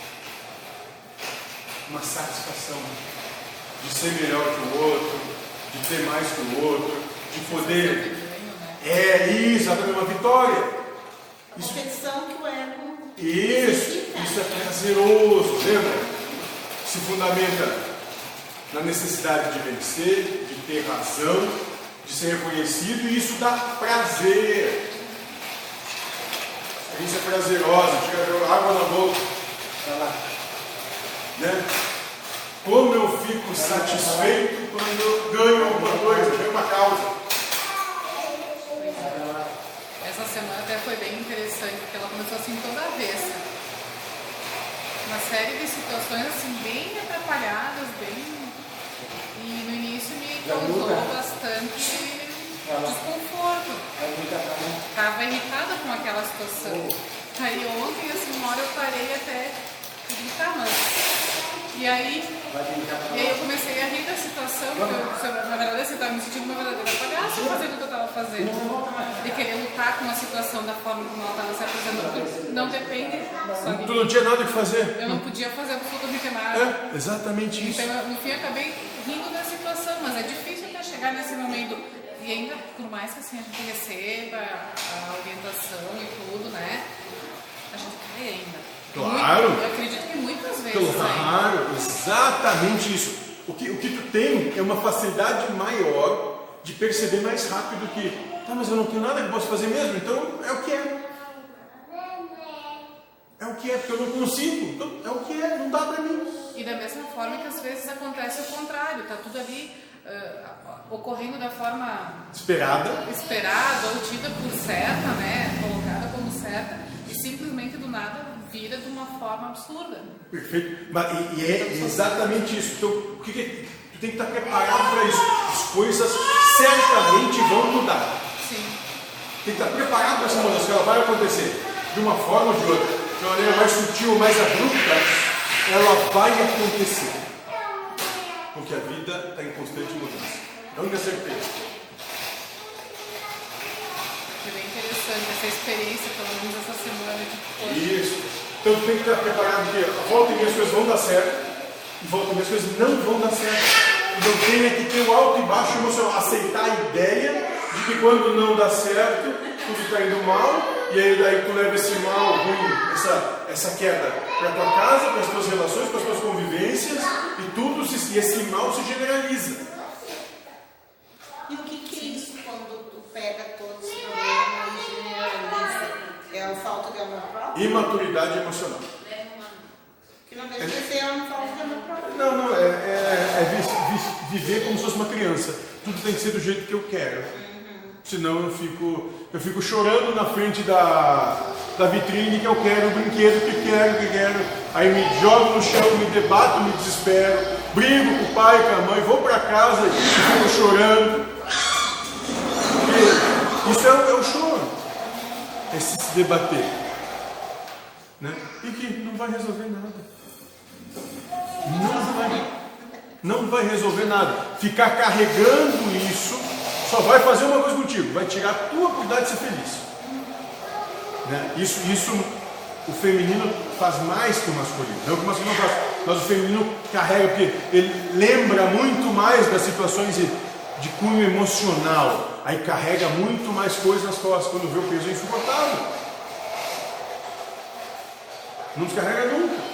Uma satisfação de ser melhor que o outro, de ter mais que o outro, de poder. É isso, exatamente, uma vitória. A competição que o ego Isso, isso é prazeroso, lembra? se fundamenta na necessidade de vencer, de ter razão, de ser reconhecido, e isso dá prazer. Experiência prazerosa, chega a jogar água na boca. Né? Como eu fico satisfeito quando eu ganho alguma coisa, ganho uma causa. Essa semana até foi bem interessante, porque ela começou assim toda vez. Uma série de situações assim bem atrapalhadas, bem. E no início me causou bastante desconforto. Estava irritada com aquela situação. Aí ontem, assim, uma hora eu parei até de tá, mas. E aí, e aí eu comecei a rir da situação, porque eu, na verdade assim, eu estava me sentindo uma verdadeira palhaça fazendo o que eu estava fazendo. De querer lutar com a situação da forma como ela estava se apresentando. Não depende só de mim. Tu não tinha nada o que fazer. Eu não podia fazer absolutamente nada. É, exatamente isso. Então, no fim, eu acabei rindo da situação, mas é difícil até chegar nesse momento. E ainda, por mais que assim, a gente receba a orientação e tudo, né? A gente cai ainda. Claro. Muito, eu acredito que muitas vezes. Claro, ainda. exatamente isso. O que, o que tu tem é uma facilidade maior de perceber mais rápido que, tá, mas eu não tenho nada que eu posso fazer mesmo, então é o que é. É o que é, porque eu não consigo. Então é o que é, não dá pra mim. E da mesma forma que às vezes acontece o contrário, tá tudo ali uh, ocorrendo da forma Esperada. esperada ou tida por certa, né? Colocada como certa, e simplesmente do nada vira de uma forma absurda. Perfeito. Mas, e, e é exatamente isso. Então, o que, que tu tem que estar preparado para isso? As coisas certamente vão mudar. Sim. Tem que estar preparado para essa mudança, que ela vai acontecer de uma forma ou de outra, de uma maneira mais sutil ou mais abrupta, ela vai acontecer. Porque a vida está em constante mudança. É a única certeza. Foi bem interessante essa experiência, pelo menos essa semana de Isso. Então tu tem que estar preparado, porque volta e meia as coisas vão dar certo, e volta e meia as coisas não vão dar certo. Então tem que ter o alto e baixo emocional, aceitar a ideia de que quando não dá certo, tudo está indo mal, e aí daí tu leva esse mal ruim, essa, essa queda para a tua casa, para as tuas relações, para as tuas convivências, e tudo se, e esse mal se generaliza. E o que, que é isso quando tu pega todos os problemas e generaliza? É a falta de amor próprio? Imaturidade emocional. Que não deixa de ser uma falta de amor próprio. Não, não, é, é, é vi, vi, viver como se fosse uma criança. Tudo tem que ser do jeito que eu quero. Uhum. Senão eu fico, eu fico chorando na frente da, da vitrine que eu quero, o brinquedo que quero, que quero. Aí me jogo no chão, me debato, me desespero, brigo com o pai, com a mãe, vou para casa e fico chorando. Porque isso é, é o choro. Esse se debater. Né? E que não vai resolver nada. Não vai, não vai resolver nada. Ficar carregando isso só vai fazer uma coisa contigo, vai tirar a tua oportunidade de ser feliz. Né? Isso, isso o feminino faz mais que o masculino. Não que o masculino faz, mas o feminino carrega, porque ele lembra muito mais das situações de, de cunho emocional. Aí carrega muito mais coisas nas costas quando vê o peso insuportável. Não descarrega nunca.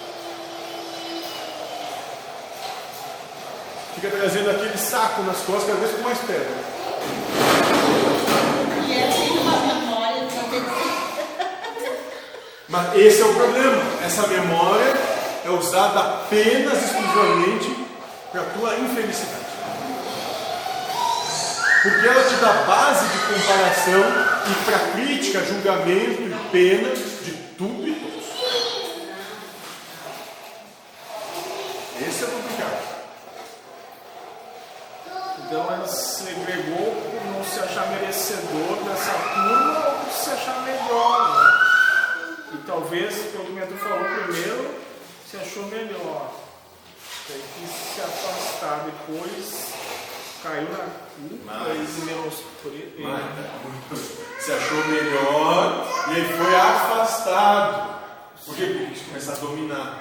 Fica trazendo aquele saco nas costas, cada vez com mais pedra. E é assim uma memória de uma pessoa. Mas esse é o problema. Essa memória é usada apenas, exclusivamente, para a tua infelicidade. Porque ela te dá base de comparação e para crítica, julgamento e pena de tudo e todos. Esse é complicado. Então ela segregou por não se achar merecedor dessa turma ou por se achar melhor. Né? E talvez, pelo que o Meto falou primeiro, se achou melhor. Tem que se afastar depois, caiu na culpa e menosprezou. Se achou melhor e aí foi afastado. Por quê? Porque quis começar a dominar.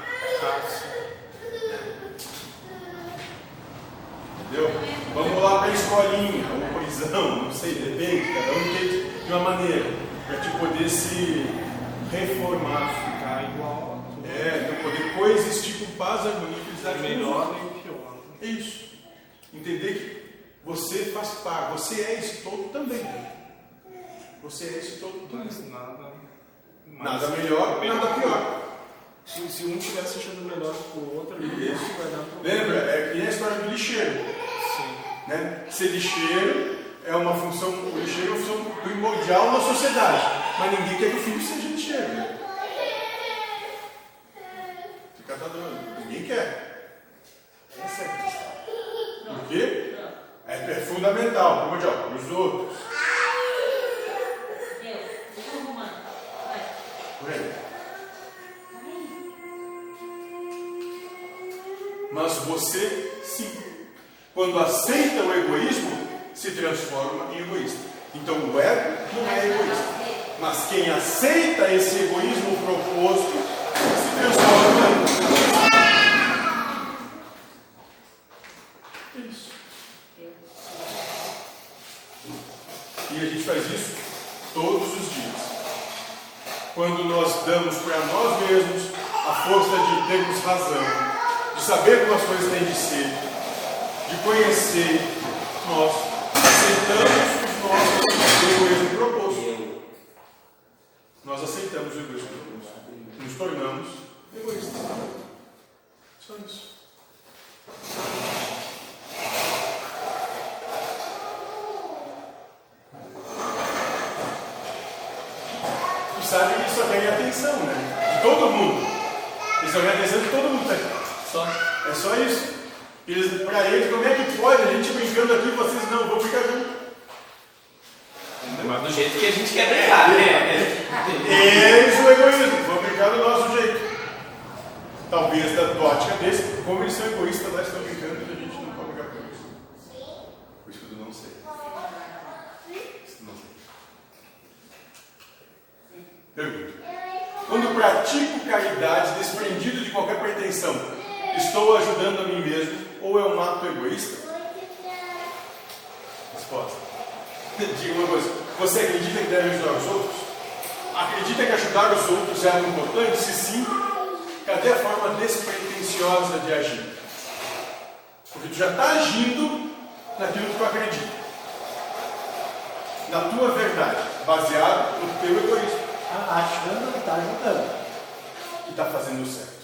Entendeu? Vamos lá para a escolinha, ou prisão, não sei, depende, cada um entende de uma maneira, para te poder se reformar, Ficar igual. é, para poder coexistir com paz, harmonia felicidade Nem com os melhor outros. nem pior. É isso. Entender que você faz parte, você é esse todo também. Você é esse todo também. Mas nada. Nada melhor, nada pior. Se, se um estivesse achando melhor que o outro, ele Isso. vai dar problema. Lembra? É que nem a história do lixeiro. Sim. Né? Ser lixeiro é uma função, o lixeiro é uma função primordial na sociedade. Mas ninguém quer que o filho seja lixeiro. Né? Fica dando, ninguém quer. Essa é a questão. Por quê? É, é fundamental, primordial, para os outros. Por aí. Mas você, sim, quando aceita o egoísmo, se transforma em egoísta. Então o ego não é egoísta. Mas quem aceita esse egoísmo proposto, se transforma em egoísta. Isso. E a gente faz isso todos os dias. Quando nós damos para nós mesmos a força de termos razão, de saber como as coisas têm de ser, de conhecer, nós aceitamos os nossos egoísmo proposto. Nós aceitamos o egoísmo proposto. Nos tornamos egoístas. Só isso. E sabe que isso atrai a atenção, né? De todo mundo. Isso atrai a atenção de todo mundo. Tá? Só. É só isso. Eles, pra eles, como é que pode? A gente brincando aqui, vocês não, vou brincar junto. Mas do jeito que a gente quer brincar, né? Eles o egoísmo, vão brincar do nosso jeito. Talvez da ótica desse, como eles são egoístas, lá estão brincando e a gente não pode brincar com eles. Por isso que eu não sei. Isso não sei. Pergunta. Quando pratico caridade desprendido de qualquer pretensão, estou ajudando a mim mesmo ou é um ato egoísta? Resposta. Diga uma coisa. Você acredita que deve ajudar os outros? Acredita que ajudar os outros é algo importante? Se sim, cadê a forma despretensiosa de agir? Porque tu já está agindo naquilo que tu acredita. Na tua verdade, baseado no teu egoísmo. Achando que está ajudando. Que está fazendo certo.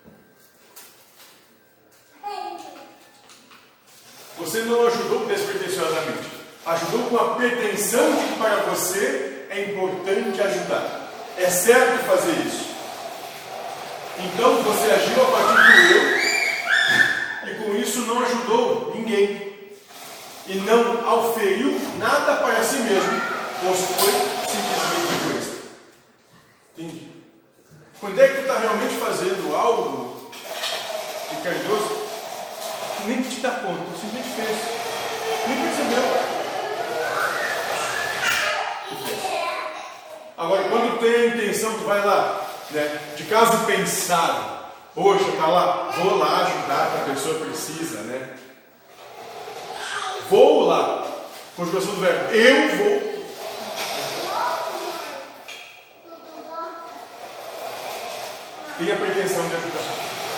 Você não ajudou despretensiosamente. Ajudou com a pretensão de que para você é importante ajudar. É certo fazer isso. Então você agiu a partir do eu e com isso não ajudou ninguém. E não auferiu nada para si mesmo, pois foi simplesmente egoísta. Entendi. Quando é que tu está realmente fazendo algo de carinhoso? Nem te dá conta, tu simplesmente fez. Nem percebeu. Agora, quando tem a intenção, tu vai lá, né? De caso pensado, poxa, tá lá, vou lá ajudar que a pessoa precisa, né? Vou lá. Conjugação do verbo, eu vou. Tem a pretensão de ajudar.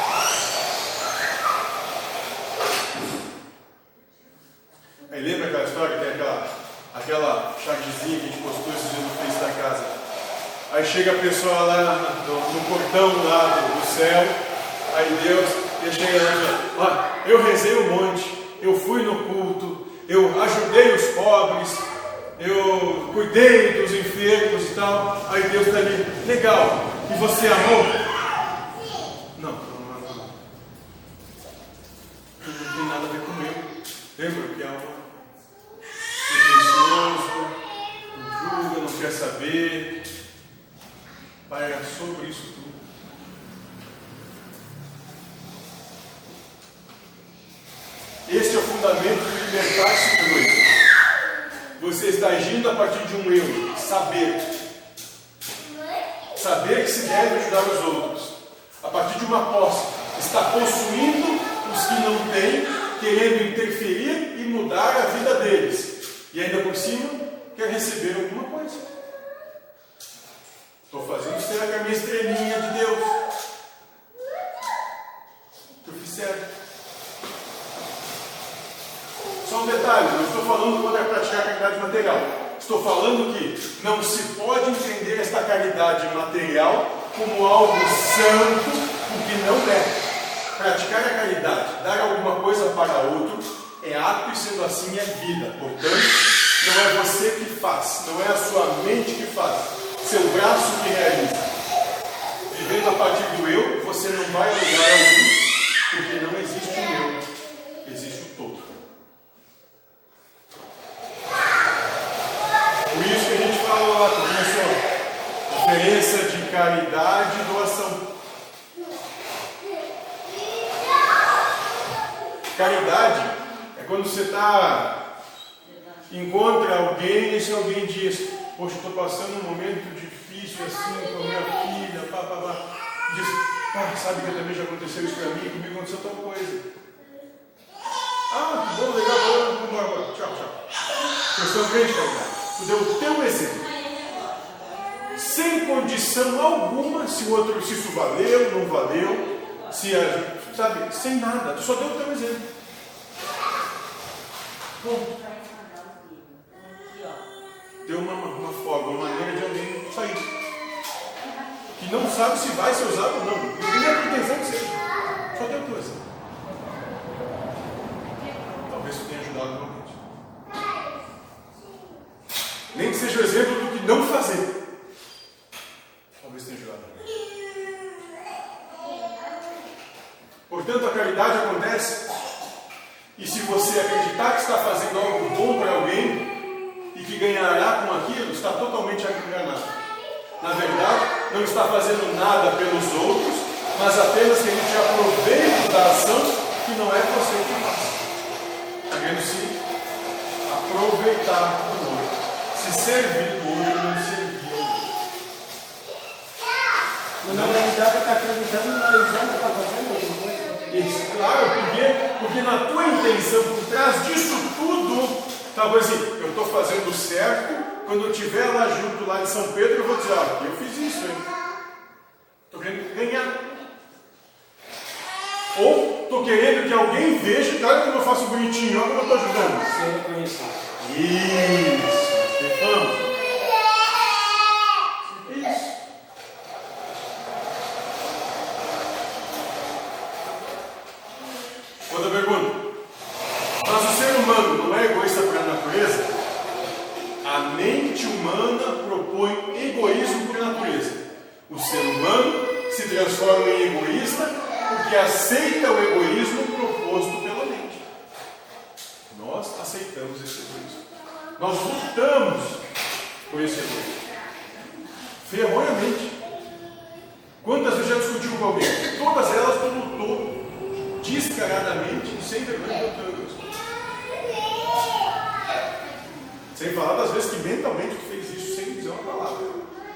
Aí lembra aquela história que tem aquela, aquela chargezinha que a gente postou esses dias no Face da casa? Aí chega a pessoa lá no, no portão lá do, do céu, aí Deus, ele chega lá e diz, olha, eu rezei um monte, eu fui no culto, eu ajudei os pobres, eu cuidei dos enfermos e tal. Aí Deus está ali, legal, e você amou? Não, não, não, não. Não tem nada a ver comigo. Lembra que é uma pretensioso, não julga, não quer saber. Pai, é sobre isso tudo. Esse é o fundamento de libertar-se do egoísmo. Você está agindo a partir de um eu, saber. Saber que se deve ajudar os outros. A partir de uma posse. Está possuindo os que não têm, querendo interferir e mudar a vida deles. E ainda por cima, quer receber alguma coisa. Estou fazendo ser a minha estrelinha de Deus. Eu fiz sincero. Só um detalhe, não estou falando contra praticar a caridade material. Estou falando que não se pode entender esta caridade material como algo santo, o que não é. Praticar a caridade, dar alguma coisa para outro, é ato e sendo assim é vida. Portanto, não é você que faz, não é a sua mente que faz, seu braço que realiza. Vivendo a partir do eu, você não vai a lugar algum, porque não existe um eu, existe o todo. Por isso que a gente fala lá, começou, diferença de caridade e doação. Caridade é quando você está, encontra alguém e esse alguém diz: poxa, estou passando um momento difícil assim com a minha filha, pá, pá, pá. Diz: ah, sabe que também já aconteceu isso para mim, comigo aconteceu tal coisa. Ah, que bom, legal, vamos embora agora, tchau, tchau. Questão grande, caridade. Tu deu o teu exemplo. Sem condição alguma se o outro, se isso valeu, não valeu, se a, sabe, sem nada, tu só deu o teu exemplo. Bom, deu uma, uma forma, uma maneira de alguém sair. Que não sabe se vai ser usado ou não. E nem a pretensão que seja. Só deu o teu exemplo. Talvez tu tenha ajudado realmente. Nem que seja o exemplo do que não fazer. Talvez tenha ajudado. Portanto, a caridade acontece, e se você acreditar que está fazendo algo bom para alguém e que ganhará com aquilo, está totalmente enganado. Na verdade, não está fazendo nada pelos outros, mas apenas que a gente aproveite da ação que não é você que faz. Querendo se aproveitar do outro, se servir do outro e não servir ao outro. Mas na realidade está acreditando na visão que está fazendo alguma coisa. Isso, claro, porque, porque na tua intenção, por trás disso tudo, talvez assim, eu estou fazendo certo, quando eu estiver lá junto lá de São Pedro, eu vou dizer: ah, eu fiz isso, hein? Estou querendo ganhar. Ou estou querendo que alguém veja, claro que eu faço bonitinho, olha como eu estou ajudando. Sem reconhecer. Isso, Stefano. Isso. Outra pergunta. Mas o ser humano não é egoísta por natureza? A mente humana propõe egoísmo por natureza. O ser humano se transforma em egoísta porque aceita o egoísmo proposto pela mente. Nós aceitamos esse egoísmo. Nós lutamos por esse egoísmo. Ferronhamente. Quantas vezes já discutiu com alguém? Todas elas tu lutou descaradamente, sem vergonha pelo teu egoísmo. Sem falar das vezes que mentalmente tu fez isso sem dizer uma palavra.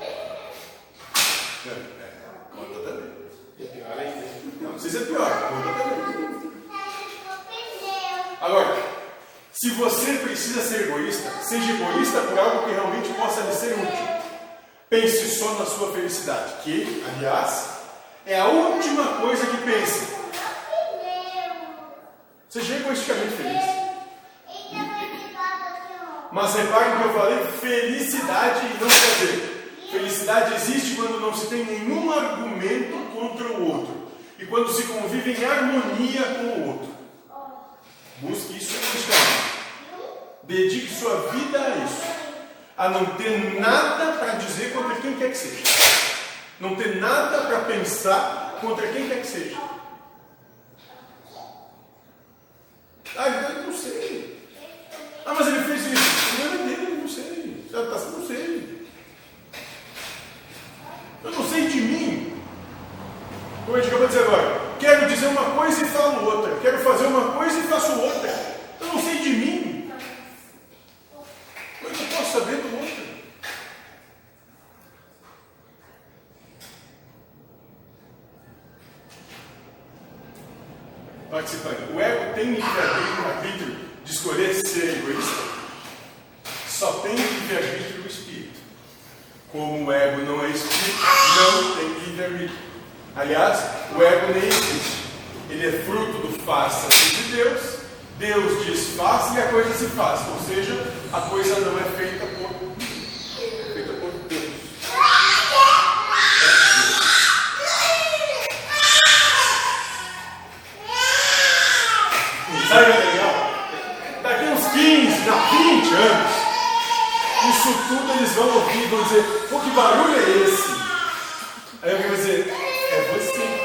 É, é, conta também. É pior ainda. Não, não sei se é pior, conta também. Agora, se você precisa ser egoísta, seja egoísta por algo que realmente possa lhe ser útil. Pense só na sua felicidade, que, aliás, é a última coisa que pense. Seja egoisticamente feliz. Mas reparem que eu falei felicidade e não prazer. Felicidade existe quando não se tem nenhum argumento contra o outro e quando se convive em harmonia com o outro. Busque isso egoisticamente. Dedique sua vida a isso. A não ter nada para dizer contra quem quer que seja. Não ter nada para pensar contra quem quer que seja. Ah, eu não sei. Ah, mas ele fez isso. O problema é dele, eu não sei. Já está, não sei. Eu não sei de mim. Como a gente acabou de dizer agora. Quero dizer uma coisa e falo outra. Quero fazer uma coisa e faço outra. Eu não sei de mim. Como é que eu posso saber do outro? Participante. O ego tem livre-arbítrio de escolher ser egoísta? Só tem livre-arbítrio o espírito. Como o ego não é espírito, não tem livre-arbítrio. Aliás, o ego nem existe. Ele ele é fruto do faça-se de Deus, Deus diz faça e a coisa se faz, ou seja, a coisa não é feita por, é feita por Deus. Sabe o que é legal? Daqui uns quinze, não, vinte anos, isso tudo eles vão ouvir e vão dizer, pô, que barulho é esse? Aí eu vou dizer, é você.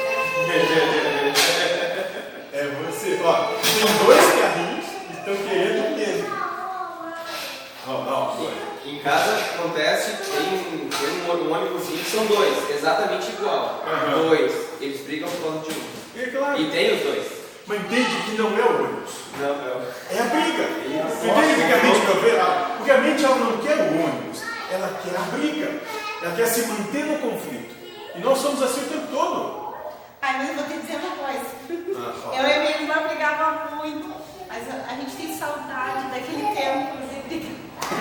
É você. Ó, tem dois carrinhos que estão querendo o mesmo. Ó, ó, em casa acontece, tem, tem um, um ônibusinho que são dois, exatamente igual. Uhum. Dois. Eles brigam por causa de um. É claro. E tem os dois. Mas entende que não é o ônibus. Não, não. É a briga. Você entende que a mente quer ver? Porque a mente ela não quer o ônibus, ela quer a briga. Ela quer se manter no conflito. E nós somos assim o tempo todo. Ai, mas eu vou te dizer uma coisa. Ah, eu e minha irmã brigava muito, mas a, a gente tem saudade daquele tempo de brigar.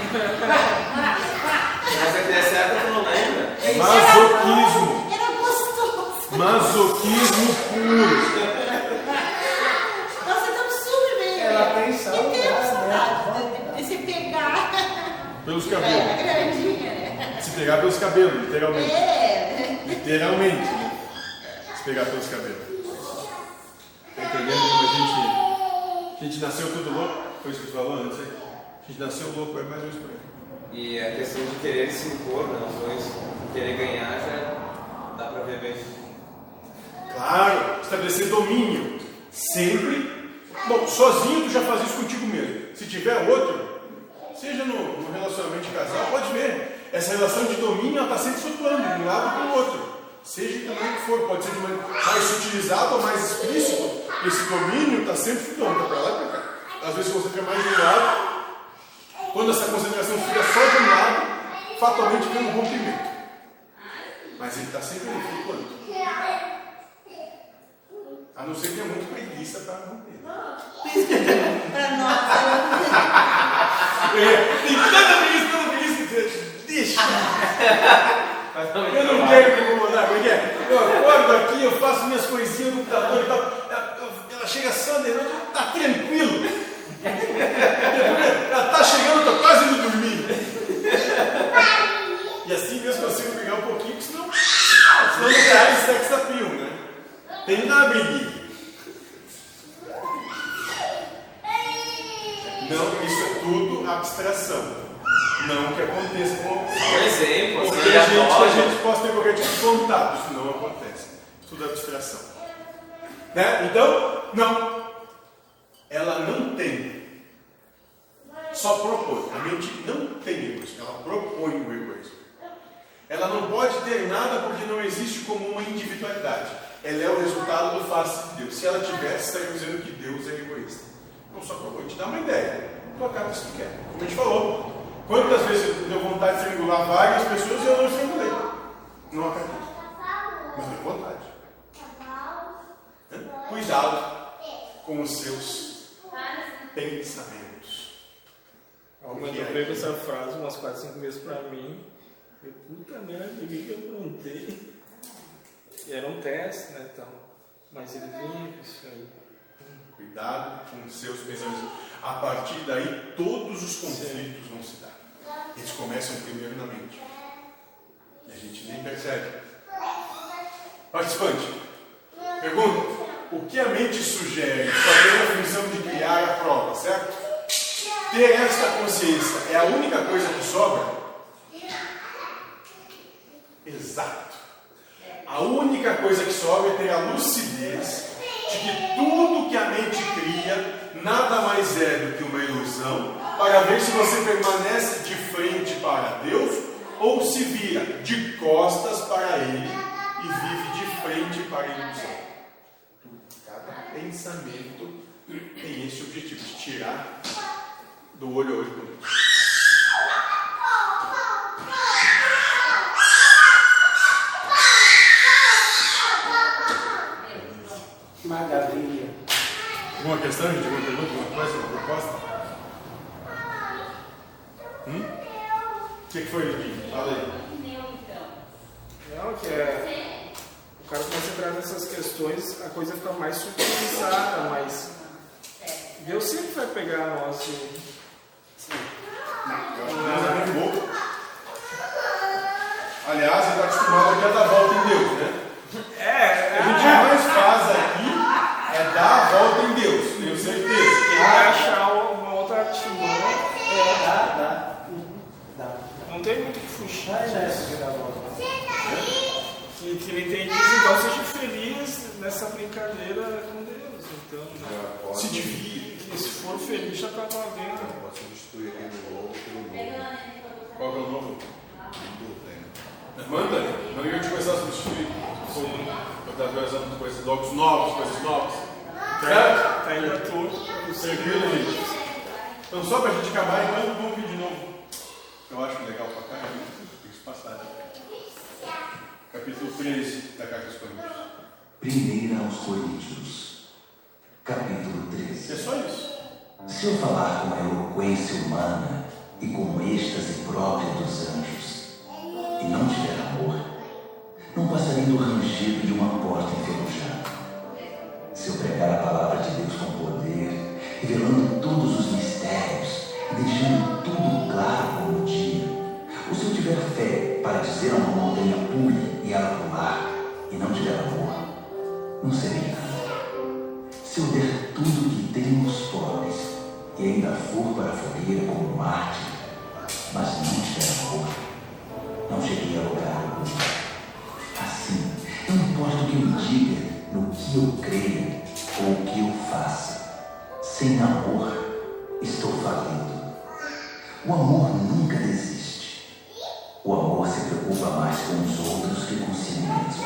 Mas é que é certo que tu não lembra. Masoquismo. Era, era gostoso. Masoquismo puro. Nossa, estamos super bem. Ela tem saudade, E temos saudade né? de, de se pegar. Pelos É, cabelos. grandinha, né? Se pegar pelos cabelos, literalmente. É. Literalmente. Se pegar pelos cabelos. Tá entendendo como a gente, a gente nasceu tudo louco? Foi isso que você falou antes, hein? A gente nasceu louco, é mais ou menos por aí. E a questão de querer se impor, né? Os dois, querer ganhar, já dá pra ver bem. Claro, estabelecer domínio. Sempre. Bom, sozinho tu já faz isso contigo mesmo. Se tiver outro, seja no, no relacionamento de casal, pode ver. Essa relação de domínio está sempre flutuando de um lado para o outro. Seja de tamanho que for, pode ser de maneira mais sutilizado ou mais explícito. Esse domínio está sempre flutuando, está para lá e para cá. Às vezes você fica mais de um lado. Quando essa concentração fica só de um lado, fatalmente vem um rompimento. Mas ele está sempre ali flutuando. A não ser que tenha muito preguiça para romper. Para nós, É, tem tanta preguiça, tanta preguiça que você deixa. Eu não quero me incomodar, porque eu acordo aqui, eu faço minhas coisinhas no computador e tal. Ela chega só de noite, tá tranquilo. Ela tá chegando, eu tô quase indo dormir. E assim mesmo eu consigo pegar um pouquinho, porque senão, senão não cai sex appeal, né? Tem que dar uma briguinha. Não, isso é tudo abstração. Não que aconteça com Por exemplo, qualquer assim, gente que a a gente possa ter qualquer tipo de contato. Isso não acontece. Tudo é abstração. Né? Então, não. Ela não tem. Só propõe. A mente não tem egoísmo. Ela propõe o egoísmo. Ela não pode ter nada porque não existe como uma individualidade. Ela é o resultado do face de Deus. Se ela tivesse, estaria dizendo que Deus é egoísta. Não só propõe, te dá uma ideia. Tu acaba se tu quer. Como a gente falou. Quantas vezes deu vontade de estrangular várias pessoas e eu não estrangulei? Não acredito. Mas deu vontade. Né? Cuidado com os seus pensamentos. Quando eu pego essa frase umas quatro, cinco vezes pra mim, eu, puta merda, o que eu aprontei? Era um teste, né, então, mas ele vive isso aí. Cuidado com os seus pensamentos. A partir daí, todos os conflitos vão se dar. Eles começam primeiro na mente. E a gente nem percebe. Participante, pergunta: o que a mente sugere? Só tem a função de criar a prova, certo? Ter esta consciência é a única coisa que sobra? Exato. A única coisa que sobra é ter a lucidez de que tudo que a mente cria nada mais é do que uma ilusão, para ver se você permanece de frente para Deus ou se vira de costas para Ele e vive de frente para a ilusão. Cada pensamento tem esse objetivo de tirar do olho a olho do mundo. Maravilha. Alguma questão, gente? Alguma pergunta? Alguma coisa? Alguma proposta? Hum? O que, que foi, Liquinho? Fala aí. Não, que é cara começa a entrar nessas questões, a coisa fica mais sutilizada, mas Deus sempre vai pegar nós. Deus é bem bom. Aliás, ele está acostumado aqui a dar volta em Deus, né? É, O que a gente mais faz aqui é dar a volta em Deus, tenho certeza. Ele vai achar uma outra artimanha. É, dá, dá. Dá. Não tem muito o que fugir. Vai nessa que dá volta. Que, que ele tem diz, então seja feliz nessa brincadeira com Deus. Então, né? Se divide. E se for feliz já está valendo. Pode substituir aquele lobo pelo novo. Qual que é o nome? Do Manda, manda que a gente começar a substituir. Botar coisas, coisas novos, novos, coisas novas. Certo? Tá ainda tudo. Tranquilo, gente. Então, só pra gente acabar, então, vamos vir de novo. Eu acho legal pra caramba. Tem que passar. Capítulo treze da Carta aos Coríntios. Primeira aos Coríntios, capítulo treze. É só isso. Se eu falar com a eloquência humana e com o êxtase próprio dos anjos, e não tiver amor, não passarei do rangido de uma porta enferrujada. Se eu pregar a palavra de Deus com poder, revelando todos os mistérios e deixando tudo claro como o dia, ou se eu tiver fé para dizer a uma montanha pule e ela pular, e não tiver amor, não serei nada. Se eu der tudo que tenho aos pobres, e ainda for para a fogueira como um mártir, mas não tiver amor, não cheguei a lugar algum. Assim, não importa o que eu diga, no que eu creia ou o que eu faça, sem amor, estou falido. O amor nunca desiste. O amor se preocupa mais com os outros que consigo mesmo.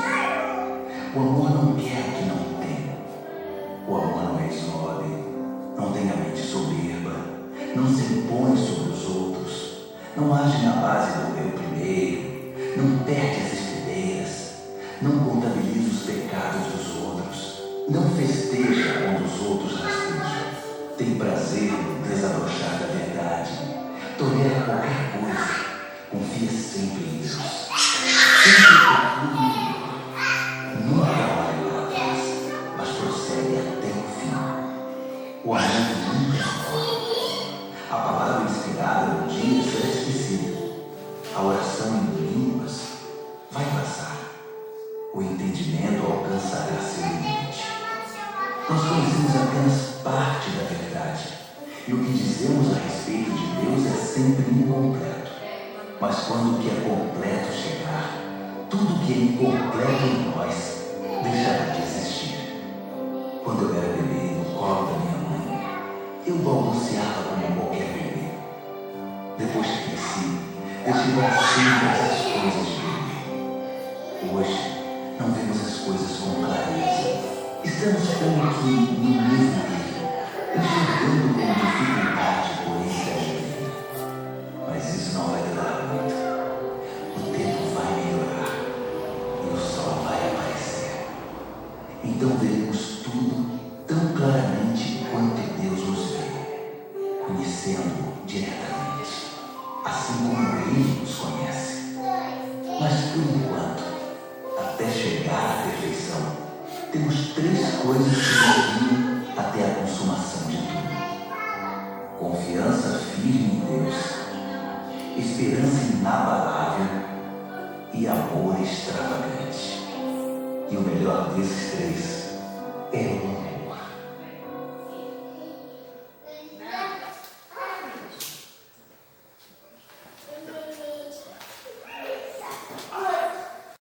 O amor não quer o que não tem. O amor não é esnobe, não tem a mente soberba, não se impõe sobre os outros, não age na base do eu primeiro, não perde as estribeiras, não contabiliza os pecados dos outros, não festeja quando os outros rastejam, tem prazer em desabrochar da verdade, tolera qualquer coisa, confia sempre em Deus, sempre procura, nunca olha para trás, mas prossegue até o fim. O amor nunca morre. A palavra inspirada um dia será esquecida. A oração em línguas vai passar. O entendimento alcançará seu limite. Nós conhecemos apenas parte da verdade. E o que dizemos a respeito de Deus é sempre incompleto. Mas quando o que é completo chegar, tudo que é incompleto em nós deixará de existir. Quando eu era bebê no colo da minha mãe, eu balbuciava como qualquer bebê. Depois que cresci, deixei sempre essas coisas de bebê. Hoje, não vemos as coisas com clareza. Estamos como que no mesmo nível, enxergando com dificuldade por esse ajuda. Mas isso não vai durar muito. O tempo vai melhorar e o sol vai aparecer. Então veremos tudo tão claramente quanto Deus nos vê, conhecendo-o diretamente, assim como Ele nos conhece. Mas por enquanto, até chegar à perfeição, temos três coisas que nos guiam até a consumação de tudo: confiança firme em Deus, esperança inabalável e amor extravagante. E o melhor desses três é o amor.